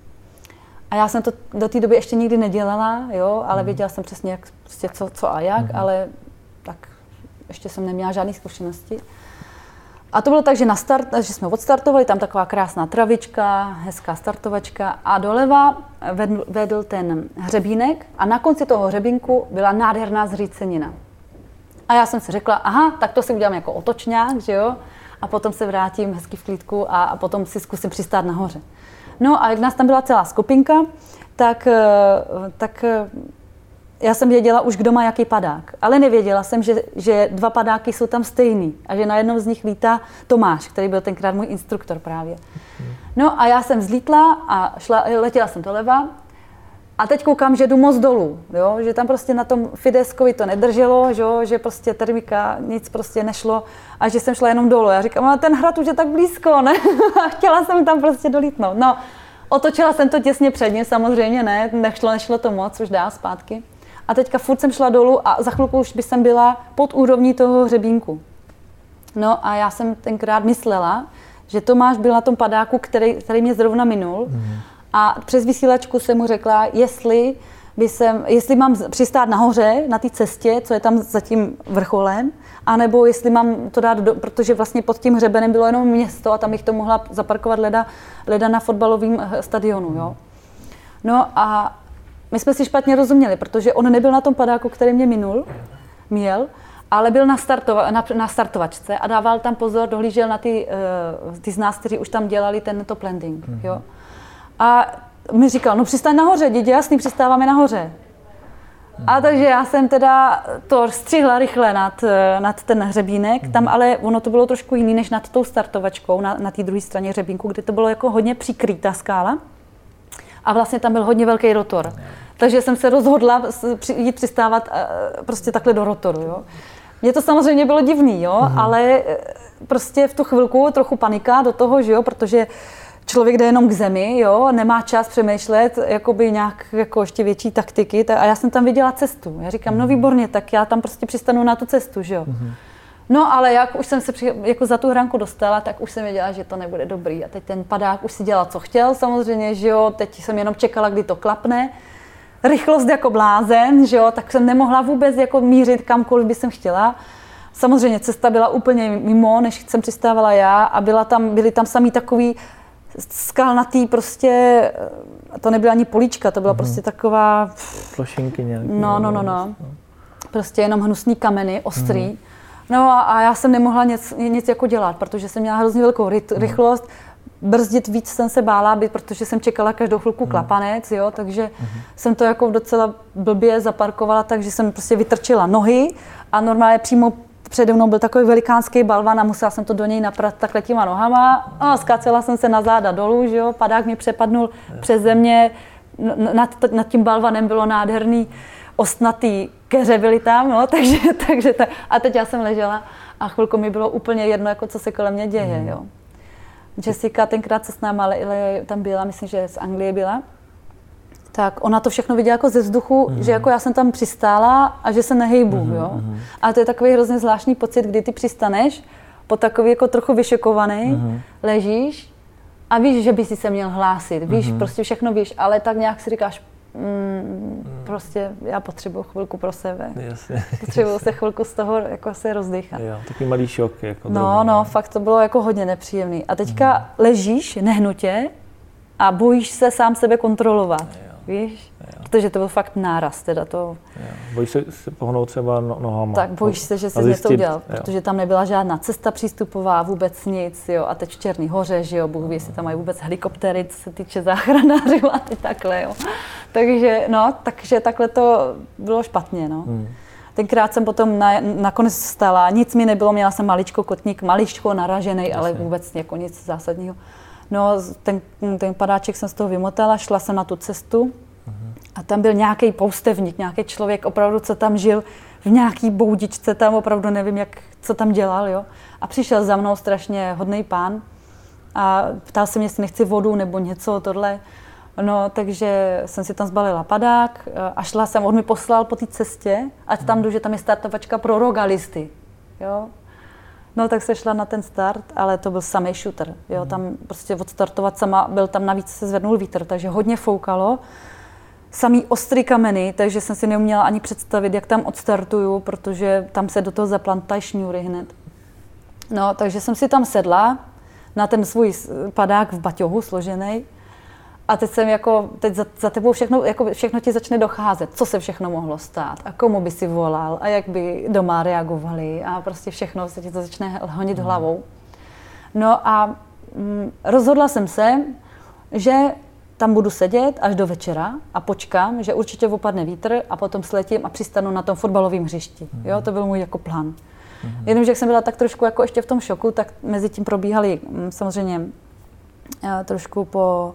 A já jsem to do té doby ještě nikdy nedělala, jo, ale věděla jsem přesně, jak, prostě co, co a jak, mm. ale tak ještě jsem neměla žádné zkušenosti. A to bylo tak, že, na start, že jsme odstartovali, tam taková krásná travička, hezká startovačka a doleva vedl, vedl ten hřebínek a na konci toho hřebínku byla nádherná zřícenina. A já jsem si řekla, aha, tak to si udělám jako otočňák, že jo, a potom se vrátím hezky v klídku a, a potom si zkusím přistát nahoře. No a jak nás tam byla celá skupinka, tak, tak já jsem věděla už, kdo má jaký padák, ale nevěděla jsem, že, že dva padáky jsou tam stejný a že na jednom z nich lítá Tomáš, který byl tenkrát můj instruktor právě. No a já jsem zlítla a šla, letěla jsem doleva a teď koukám, že jdu moc dolů, jo? Že tam prostě na tom Fideskovi to nedrželo, že, že prostě termika, nic prostě nešlo a že jsem šla jenom dolů. Já říkám, ale ten hrad už je tak blízko, ne? A chtěla jsem tam prostě dolítnout. No, otočila jsem to těsně před ním, samozřejmě ne, nešlo, nešlo to moc, už dál zpátky. A teďka furt jsem šla dolů a za chvilku už by jsem byla pod úrovní toho hřebínku. No a já jsem tenkrát myslela, že Tomáš byl na tom padáku, který, který mě zrovna minul. Mm. A přes vysílačku jsem mu řekla, jestli, by jsem, jestli mám přistát nahoře, na té cestě, co je tam za tím vrcholem, anebo jestli mám to dát, do, protože vlastně pod tím hřebenem bylo jenom město a tam bych to mohla zaparkovat leda, leda na fotbalovém stadionu. Jo. No a my jsme si špatně rozuměli, protože on nebyl na tom padáku, který mě minul, měl, ale byl na, startova, na, na startovačce a dával tam pozor, dohlížel na ty, uh, ty z nás, kteří už tam dělali ten top landing. Mm-hmm. Jo. A mi říkal, no přistaň nahoře, dítě, jasný, přistáváme nahoře. Mm-hmm. A takže já jsem teda to střihla rychle nad, nad ten hřebínek, mm-hmm. tam ale ono to bylo trošku jiný než nad tou startovačkou, na, na té druhé straně hřebínku, kde to bylo jako hodně přikrýtá skála. A vlastně tam byl hodně velký rotor. Mm-hmm. Takže jsem se rozhodla jít přistávat prostě takhle do rotoru. Jo. Mně to samozřejmě bylo divný, jo, mm-hmm. ale prostě v tu chvilku trochu panika do toho, že jo, protože člověk jde jenom k zemi, jo, nemá čas přemýšlet, jakoby nějak jako ještě větší taktiky, a já jsem tam viděla cestu. Já říkám, no výborně, tak já tam prostě přistanu na tu cestu, že jo. Mm-hmm. No ale jak už jsem se při, jako za tu hranku dostala, tak už jsem věděla, že to nebude dobrý. A teď ten padák už si dělal, co chtěl samozřejmě, že jo, teď jsem jenom čekala, kdy to klapne. Rychlost jako blázen, že jo, tak jsem nemohla vůbec jako mířit kamkoliv by jsem chtěla. Samozřejmě cesta byla úplně mimo, než jsem přistávala já a byla tam, byly tam samý takový skalnatý prostě, to nebyla ani políčka, to byla mm-hmm. prostě taková... Plošinky nějaký. No, no, no, no. Prostě jenom hnusný kameny, ostrý. Mm-hmm. No a, a já jsem nemohla nic, nic jako dělat, protože jsem měla hrozně velkou ry- rychlost. Brzdit víc jsem se bála, protože jsem čekala každou chvilku klapanec, jo, takže mm-hmm. jsem to jako docela blbě zaparkovala, takže jsem prostě vytrčila nohy a normálně přímo přede mnou byl takový velikánský balvan a musela jsem to do něj naprat takhle těma nohama a skácela jsem se na záda dolů, že jo, padák mi přepadnul přes země, nad, nad tím balvanem bylo nádherný ostnatý keře byly tam, no, takže, takže ta, a teď já jsem ležela a chvilku mi bylo úplně jedno, jako co se kolem mě děje, mm. jo. Jessica tenkrát se s náma, ale tam byla, myslím, že z Anglie byla, tak ona to všechno viděla jako ze vzduchu, mm. že jako já jsem tam přistála a že se nehejbu, mm. jo. Mm. A to je takový hrozně zvláštní pocit, kdy ty přistaneš, po takový jako trochu vyšokovaný, mm. ležíš a víš, že by si se měl hlásit, víš, mm. prostě všechno víš, ale tak nějak si říkáš, Mm, prostě já potřebuji chvilku pro sebe. Jasně. Potřebuji se chvilku z toho jako se rozdýchat. Jo, takový malý šok. Jako no, drobný. no, fakt to bylo jako hodně nepříjemný. A teďka mm. ležíš nehnutě a bojíš se sám sebe kontrolovat, jo. víš? Jo. Protože to byl fakt náraz, teda to... Jo. Bojíš se, se pohnout třeba no, nohama. Tak bojíš se, že jsi něco udělal, jo. protože tam nebyla žádná cesta přístupová, vůbec nic, jo. A teď v Černý hoře, že jo, Bůh ví, jestli tam mají vůbec helikoptéry, co se týče záchranářů a ty takhle, jo. Takže, no, takže takhle to bylo špatně, no. Hmm. Tenkrát jsem potom na, nakonec vstala, nic mi nebylo, měla jsem maličko kotník, maličko naražený, Jasně. ale vůbec jako nic zásadního. No, ten, ten padáček jsem z toho vymotala, šla jsem na tu cestu uh-huh. a tam byl nějaký poustevník, nějaký člověk opravdu, co tam žil v nějaký boudičce, tam opravdu nevím, jak, co tam dělal, jo. A přišel za mnou strašně hodnej pán a ptal se mě, jestli nechci vodu nebo něco, tohle. No, takže jsem si tam zbalila padák a šla jsem, on mi poslal po té cestě, ať tam jdu, že tam je startovačka pro rogalisty, jo. No, tak se šla na ten start, ale to byl samý shooter, jo, tam prostě odstartovat sama, byl tam navíc se zvednul vítr, takže hodně foukalo, samý ostrý kameny, takže jsem si neuměla ani představit, jak tam odstartuju, protože tam se do toho zaplantají šňůry hned. No, takže jsem si tam sedla na ten svůj padák v baťohu složený. A teď jsem jako, teď za, za tebou všechno, jako všechno ti začne docházet, co se všechno mohlo stát a komu by si volal a jak by doma reagovali a prostě všechno se ti to začne honit mm. hlavou. No a mm, rozhodla jsem se, že tam budu sedět až do večera a počkám, že určitě opadne vítr a potom sletím a přistanu na tom fotbalovém hřišti. Mm. Jo, to byl můj jako plán. Mm. Jenomže jak jsem byla tak trošku jako ještě v tom šoku, tak mezi tím probíhaly mm, samozřejmě trošku po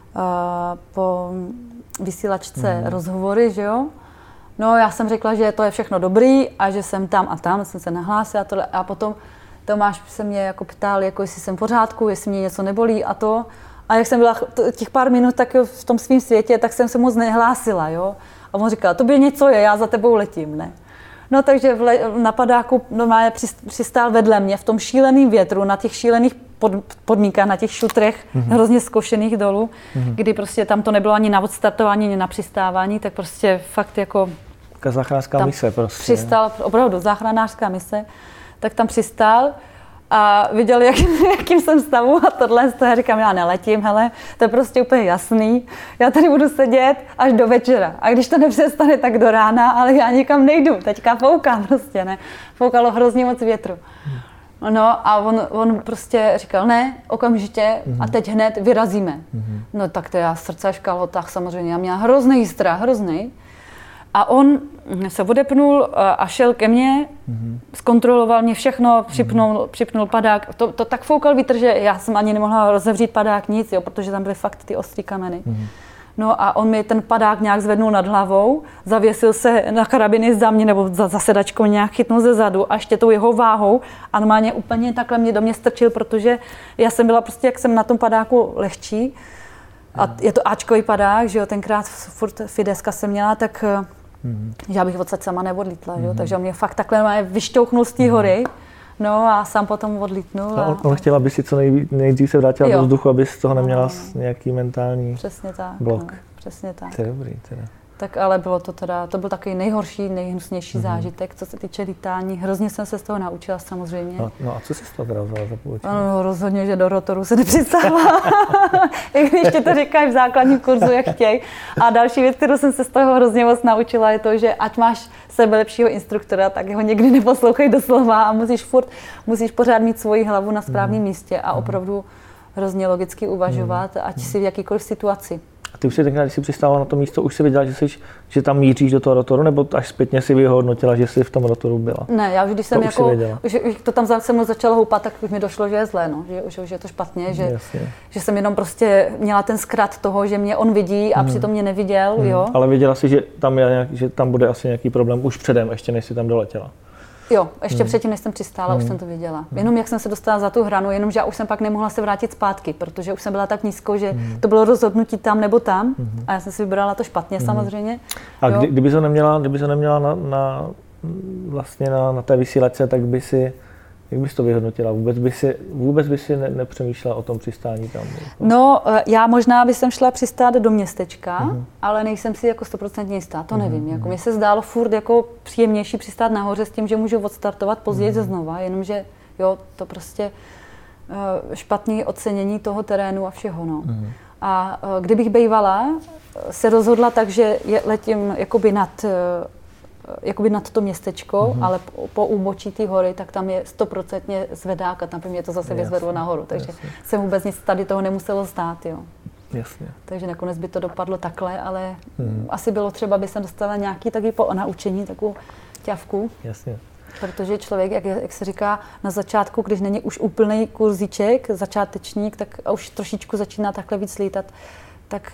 Uh, po vysílačce mm. rozhovory, že jo. No, já jsem řekla, že to je všechno dobrý a že jsem tam a tam, jsem se nahlásila tohle, a potom Tomáš se mě jako ptal, jako jestli jsem v pořádku, jestli mě něco nebolí a to. A jak jsem byla těch pár minut tak v tom svém světě, tak jsem se moc nehlásila, jo. A on říkal, tobě něco je, já za tebou letím, ne. No, takže v le, na padáku normálně přistál vedle mě v tom šíleném větru, na těch šílených pod, podmínkách, na těch šutrech, mm-hmm. hrozně zkošených dolů, mm-hmm. kdy prostě tam to nebylo ani na odstartování, ani na přistávání, tak prostě fakt jako... Záchranářská mise prostě. Přistál, opravdu záchranářská mise, tak tam přistál a viděl, jak, jakým jsem stavu a tohle, já říkám, já neletím, hele, to je prostě úplně jasný, já tady budu sedět až do večera a když to nepřestane, tak do rána, ale já nikam nejdu, teďka foukám prostě, ne, foukalo hrozně moc větru. No a on, on prostě říkal, ne, okamžitě mm-hmm. a teď hned vyrazíme. Mm-hmm. No tak to já srdce v kalhotách samozřejmě, já měla hrozný strach, hrozný. A on se odepnul a šel ke mně, mm-hmm. zkontroloval mě všechno, připnul, mm-hmm. připnul padák. To, to tak foukal vítr, že já jsem ani nemohla rozevřít padák nic, jo, protože tam byly fakt ty ostrý kameny. Mm-hmm. No a on mi ten padák nějak zvednul nad hlavou, zavěsil se na karabiny za mě nebo za, za sedačkou nějak chytnul ze zadu a ještě tou jeho váhou a normálně úplně takhle mě do mě strčil, protože já jsem byla prostě, jak jsem na tom padáku lehčí a je to áčkový padák, že jo, tenkrát furt Fideska jsem měla, tak mm-hmm. že já bych odsaď sama neodlítla, mm-hmm. že jo, takže on mě fakt takhle vyšťouchnul z té mm-hmm. hory. No a sám potom odlítnul. A on, on chtěl, aby si co nej, nejdřív se vrátila jo. do vzduchu, aby z toho neměla no. nějaký mentální přesně tak, blok. No, přesně tak. To je dobrý, teda. Tak ale bylo to teda, to byl takový nejhorší, nejhnusnější mm-hmm. zážitek, co se týče lítání. Hrozně jsem se z toho naučila samozřejmě. No, no a co jsi z toho teda vzala za poučení? No, rozhodně, že do rotoru se nepřistála. I když ti to říkají v základním kurzu, jak chtějí. A další věc, kterou jsem se z toho hrozně moc naučila, je to, že ať máš sebelepšího instruktora, tak ho někdy neposlouchej doslova a musíš furt, musíš pořád mít svoji hlavu na správném mm-hmm. místě a opravdu hrozně logicky uvažovat, mm-hmm. ať jsi v jakýkoliv situaci. A ty už si tenkrát, když jsi přistávala na to místo, už si věděla, že, jsi, že tam míříš do toho rotoru, nebo až zpětně si vyhodnotila, že jsi v tom rotoru byla? Ne, já už když jsem to jako, už už to tam se mnou začalo houpat, tak už mi došlo, že je zlé, no, že, že, že je to špatně, že, že jsem jenom prostě měla ten zkrat toho, že mě on vidí a hmm. přitom mě neviděl, hmm. jo. Ale věděla jsi, že tam, je nějak, že tam bude asi nějaký problém už předem, ještě než jsi tam doletěla? Jo, ještě hmm. předtím, než jsem přistála, hmm. už jsem to věděla. Jenom jak jsem se dostala za tu hranu, jenomže já už jsem pak nemohla se vrátit zpátky, protože už jsem byla tak nízko, že hmm. to bylo rozhodnutí tam nebo tam hmm. a já jsem si vybrala to špatně hmm. samozřejmě. A kdy, kdyby to neměla, kdyby to neměla na, na, vlastně na, na té vysílačce, tak by si, jak bys to vyhodnotila? Vůbec by si, vůbec by si ne, nepřemýšlela o tom přistání tam? No, já možná bych sem šla přistát do městečka, mm-hmm. ale nejsem si jako stoprocentně jistá, to nevím. Mm-hmm. Jako, mně se zdálo furt jako příjemnější přistát nahoře s tím, že můžu odstartovat později mm-hmm. znova, jenomže jo, to prostě uh, špatné ocenění toho terénu a všeho. No. Mm-hmm. A uh, kdybych bývala, se rozhodla tak, že je, letím jakoby nad uh, jakoby nad to městečko, mm-hmm. ale po, po úbočí té hory, tak tam je stoprocentně zvedák a tam by mě to zase vyzvedlo nahoru. Takže jasně. jsem vůbec nic tady toho nemuselo stát. Jo. Jasně. Takže nakonec by to dopadlo takhle, ale mm. asi bylo třeba, aby jsem dostala nějaký taky po naučení, takovou ťavku. Jasně. Protože člověk, jak, jak se říká na začátku, když není už úplný kurzíček, začátečník, tak a už trošičku začíná takhle víc lítat, tak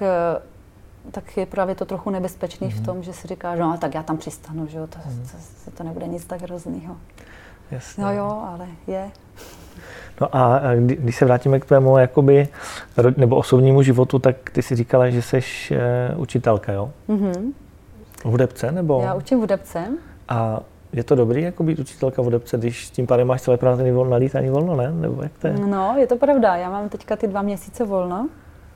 tak je právě to trochu nebezpečný mm-hmm. v tom, že si říká, no tak já tam přistanu, že jo, to, mm. to, to, to nebude nic tak hroznýho. Jasně. No jo, ale je. No a když se vrátíme k tvému jakoby, nebo osobnímu životu, tak ty si říkala, že jsi uh, učitelka, jo? Mm-hmm. V hudebce, nebo? Já učím v hudebce. A je to dobrý, jako být učitelka v hudebce, když tím pádem máš celé prázdniny volno, na lítání volno, ne? Nebo jak to je? No, je to pravda, já mám teďka ty dva měsíce volno,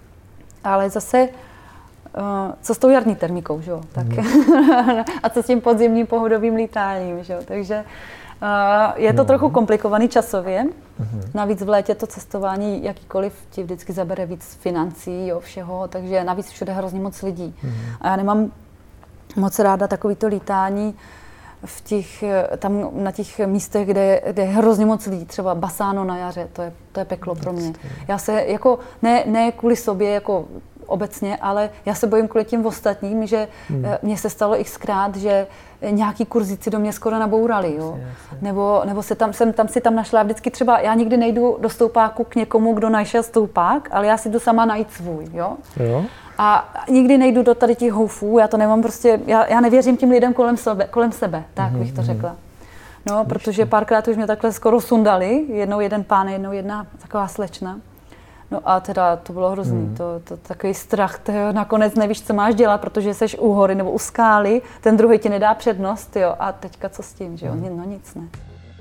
ale zase Uh, co s tou jarní termikou, že jo? Tak mm. a co s tím podzimním pohodovým lítáním, že jo? Takže uh, je to mm. trochu komplikovaný časově. Mm. Navíc v létě to cestování jakýkoliv ti vždycky zabere víc financí, jo, všeho, takže navíc všude hrozně moc lidí. Mm. A já nemám moc ráda takovýto lítání v těch, tam na těch místech, kde, kde je hrozně moc lidí, třeba Bassano na jaře, to je, to je peklo pro mě. Já se jako, ne, ne kvůli sobě, jako obecně, ale já se bojím kvůli těm ostatním, že hmm. mně se stalo xkrát, že nějaký kurzíci do mě skoro nabourali, jo. Jasně, jasně. Nebo, nebo se tam, jsem tam si tam našla vždycky třeba, já nikdy nejdu do stoupáku k někomu, kdo našel stoupák, ale já si jdu sama najít svůj, jo. jo. A nikdy nejdu do tady těch houfů, já to nemám prostě, já, já nevěřím těm lidem kolem sebe, kolem sebe, tak mm-hmm. bych to řekla. No, protože párkrát už mě takhle skoro sundali, jednou jeden pán, jednou jedna taková slečna. No a teda to bylo hrozný, hmm. to, to takový strach, to nakonec nevíš, co máš dělat, protože jsi u hory nebo u skály, ten druhý ti nedá přednost, jo, a teďka co s tím, že jo, hmm. no nic, ne.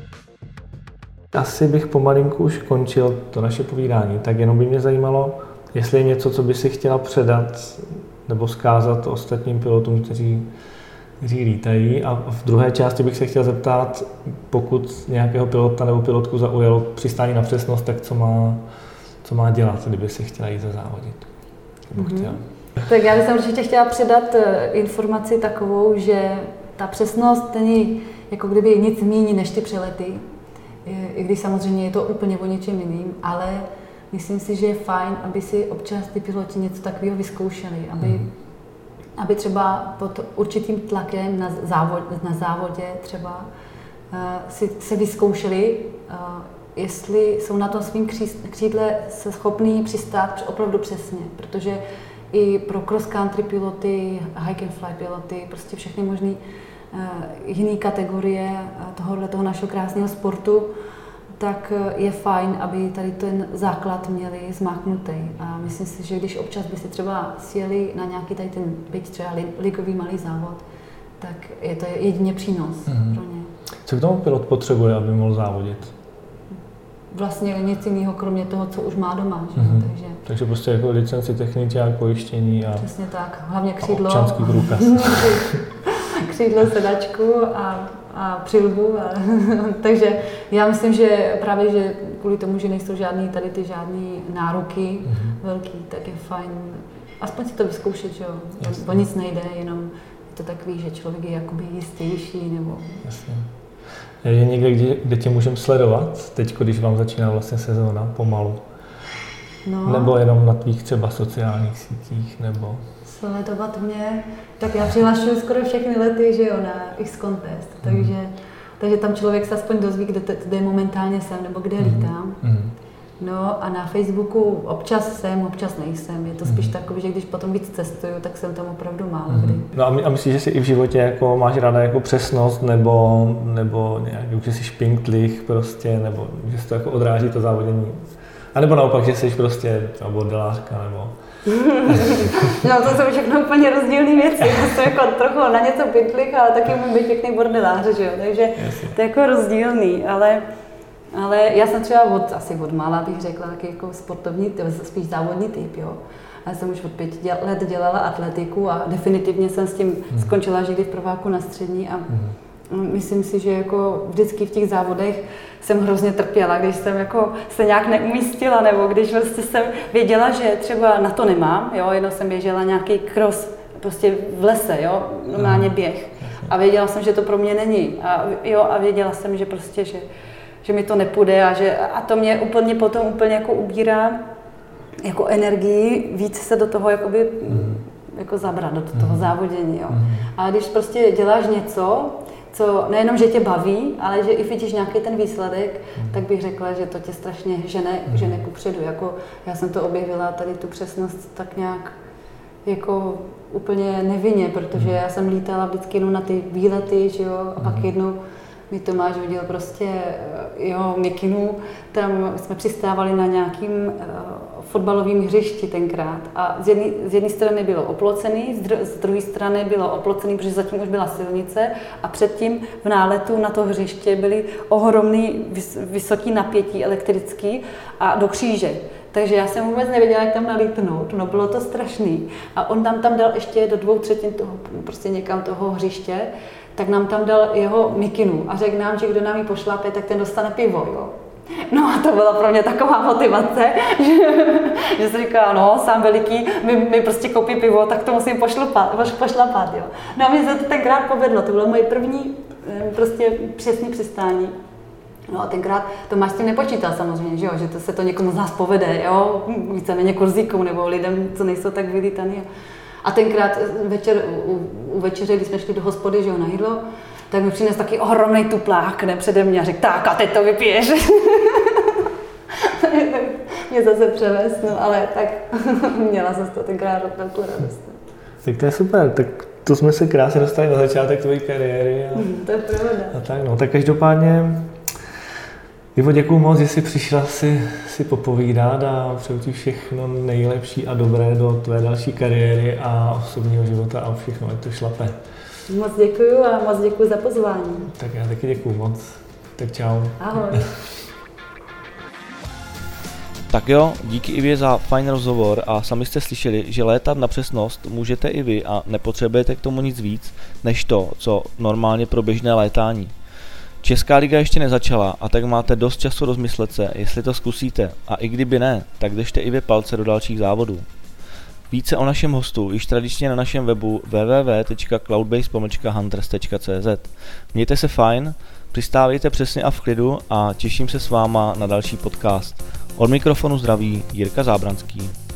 Asi bych pomalinku už končil to naše povídání, tak jenom by mě zajímalo, jestli je něco, co by si chtěla předat nebo zkázat ostatním pilotům, kteří kteří lítají. A v druhé části bych se chtěl zeptat, pokud nějakého pilota nebo pilotku zaujalo přistání na přesnost, tak co má, co má dělat, kdyby se chtěla jít zazávodit? Mm-hmm. Tak já bych určitě chtěla předat informaci takovou, že ta přesnost není jako kdyby nic méně než ty přelety, i když samozřejmě je to úplně o něčem jiným, ale myslím si, že je fajn, aby si občas ty piloti něco takového vyzkoušeli, aby, mm. aby třeba pod určitým tlakem na, závod, na závodě třeba uh, si se vyzkoušeli, uh, jestli jsou na tom svým křídle se schopní přistát opravdu přesně, protože i pro cross-country piloty, hike and fly piloty, prostě všechny možné uh, jiné kategorie tohohle toho našeho krásného sportu, tak je fajn, aby tady ten základ měli zmáknutý. A myslím si, že když občas by si třeba sjeli na nějaký tady ten, byť třeba ligový malý závod, tak je to jedině přínos mm-hmm. pro ně. Co k tomu pilot potřebuje, aby mohl závodit? Vlastně nic jiného, kromě toho, co už má doma. Že? Mm-hmm. Takže, Takže prostě jako licenci, techničák, pojištění a, přesně tak. Hlavně křídlo, a občanský průkaz. křídlo, sedačku a a přilbu. A, takže já myslím, že právě, že kvůli tomu, že nejsou žádný tady ty žádný nároky mm-hmm. velký, tak je fajn aspoň si to vyzkoušet, že jo. O nic nejde, jenom je to takový, že člověk je jakoby jistější, nebo... Jasně. Je někde, kde, kde tě můžeme sledovat teď, když vám začíná vlastně sezóna pomalu? No. Nebo jenom na tvých třeba sociálních sítích, nebo... Sledovat mě, tak já přihlašuju skoro všechny lety, že jo, na X-Contest, mm. takže, takže tam člověk se aspoň dozví, kde, kde momentálně jsem, nebo kde mm. lítám. Mm. No a na Facebooku občas jsem, občas nejsem, je to spíš mm. takový, že když potom víc cestuju, tak jsem tam opravdu málo kdy. Mm. No a myslíš, že si i v životě jako máš ráda jako přesnost, nebo, nebo nějak, že jsi špinktlich prostě, nebo že se to jako odráží to závodění? A nebo naopak, že jsi prostě bordelářka, nebo... No to jsou všechno úplně rozdílné věci, já jsem jako trochu na něco pytlik, ale taky můžu být pěkný bordelář, že jo, takže Jasně. to je jako rozdílný, ale, ale já jsem třeba od, asi od mála bych řekla, taky jako sportovní, spíš závodní typ, jo. Já jsem už od pěti děl, let dělala atletiku a definitivně jsem s tím hmm. skončila žít v prváku na střední a hmm. myslím si, že jako vždycky v těch závodech jsem hrozně trpěla, když jsem jako se nějak neumístila, nebo když vlastně jsem věděla, že třeba na to nemám, jo, jednou jsem běžela nějaký cross prostě v lese, jo, normálně běh. A věděla jsem, že to pro mě není. A, jo, a věděla jsem, že prostě, že, že mi to nepůjde a že a to mě úplně potom úplně jako ubírá jako energii, víc se do toho jakoby jako zabrat, do toho závodění, jo. A když prostě děláš něco, co nejenom, že tě baví, ale že i vidíš nějaký ten výsledek, mm. tak bych řekla, že to tě strašně žene, mm. žene kupředu. Jako, já jsem to objevila, tady tu přesnost tak nějak jako úplně nevinně, protože mm. já jsem lítala vždycky jenom na ty výlety, že jo, a mm. pak jednou mi Tomáš hodil prostě jeho mikinu, tam jsme přistávali na nějakým uh, fotbalovém hřišti tenkrát a z jedné z jedné strany bylo oplocený, z, dru- z druhé strany bylo oplocený, protože zatím už byla silnice a předtím v náletu na to hřiště byly ohromný vys- vysoký napětí elektrický a do kříže. Takže já jsem vůbec nevěděla, jak tam nalítnout, no bylo to strašný. A on tam tam dal ještě do dvou třetin toho, prostě někam toho hřiště, tak nám tam dal jeho mikinu a řekl nám, že kdo nám ji pošlape, tak ten dostane pivo, jo. No a to byla pro mě taková motivace, že, že jsem říkala, no, sám veliký, mi, mi prostě koupí pivo, tak to musím pošlapat, pošlapat, jo. No a mě se to tenkrát povedlo, to bylo moje první prostě přesné přistání. No a tenkrát Tomáš s tím nepočítal samozřejmě, že, jo, že to se to někomu z nás povede, jo, víceméně kurzíkům nebo lidem, co nejsou tak vylítaný. A tenkrát večer, u, u večeře, když jsme šli do hospody, že jo, na jídlo, tak mi přines taky ohromný tuplák, ne, přede mě a řekl, tak a teď to vypiješ. Mě zase převez, no ale tak měla jsem z toho tenkrát velkou radost. Tak to je super, tak to jsme se krásně dostali na začátek tvojí kariéry. A, mm, to je pravda. A tak no, tak každopádně, Ivo, děkuju moc, že jsi přišla si, si popovídat a přeju ti všechno nejlepší a dobré do tvé další kariéry a osobního života a všechno, ať to šlape. Moc děkuju a moc děkuju za pozvání. Tak já taky děkuju moc. Tak čau. Ahoj. Tak jo, díky Ivě za fajn rozhovor a sami jste slyšeli, že létat na přesnost můžete i vy a nepotřebujete k tomu nic víc, než to, co normálně pro běžné létání. Česká liga ještě nezačala a tak máte dost času rozmyslet se, jestli to zkusíte a i kdyby ne, tak držte Ivě palce do dalších závodů. Více o našem hostu již tradičně na našem webu w w w tečka cloudbase pomlčka hunters tečka c z. Mějte se fajn, přistávejte přesně a v klidu a těším se s váma na další podcast. Od mikrofonu zdraví Jirka Zábranský.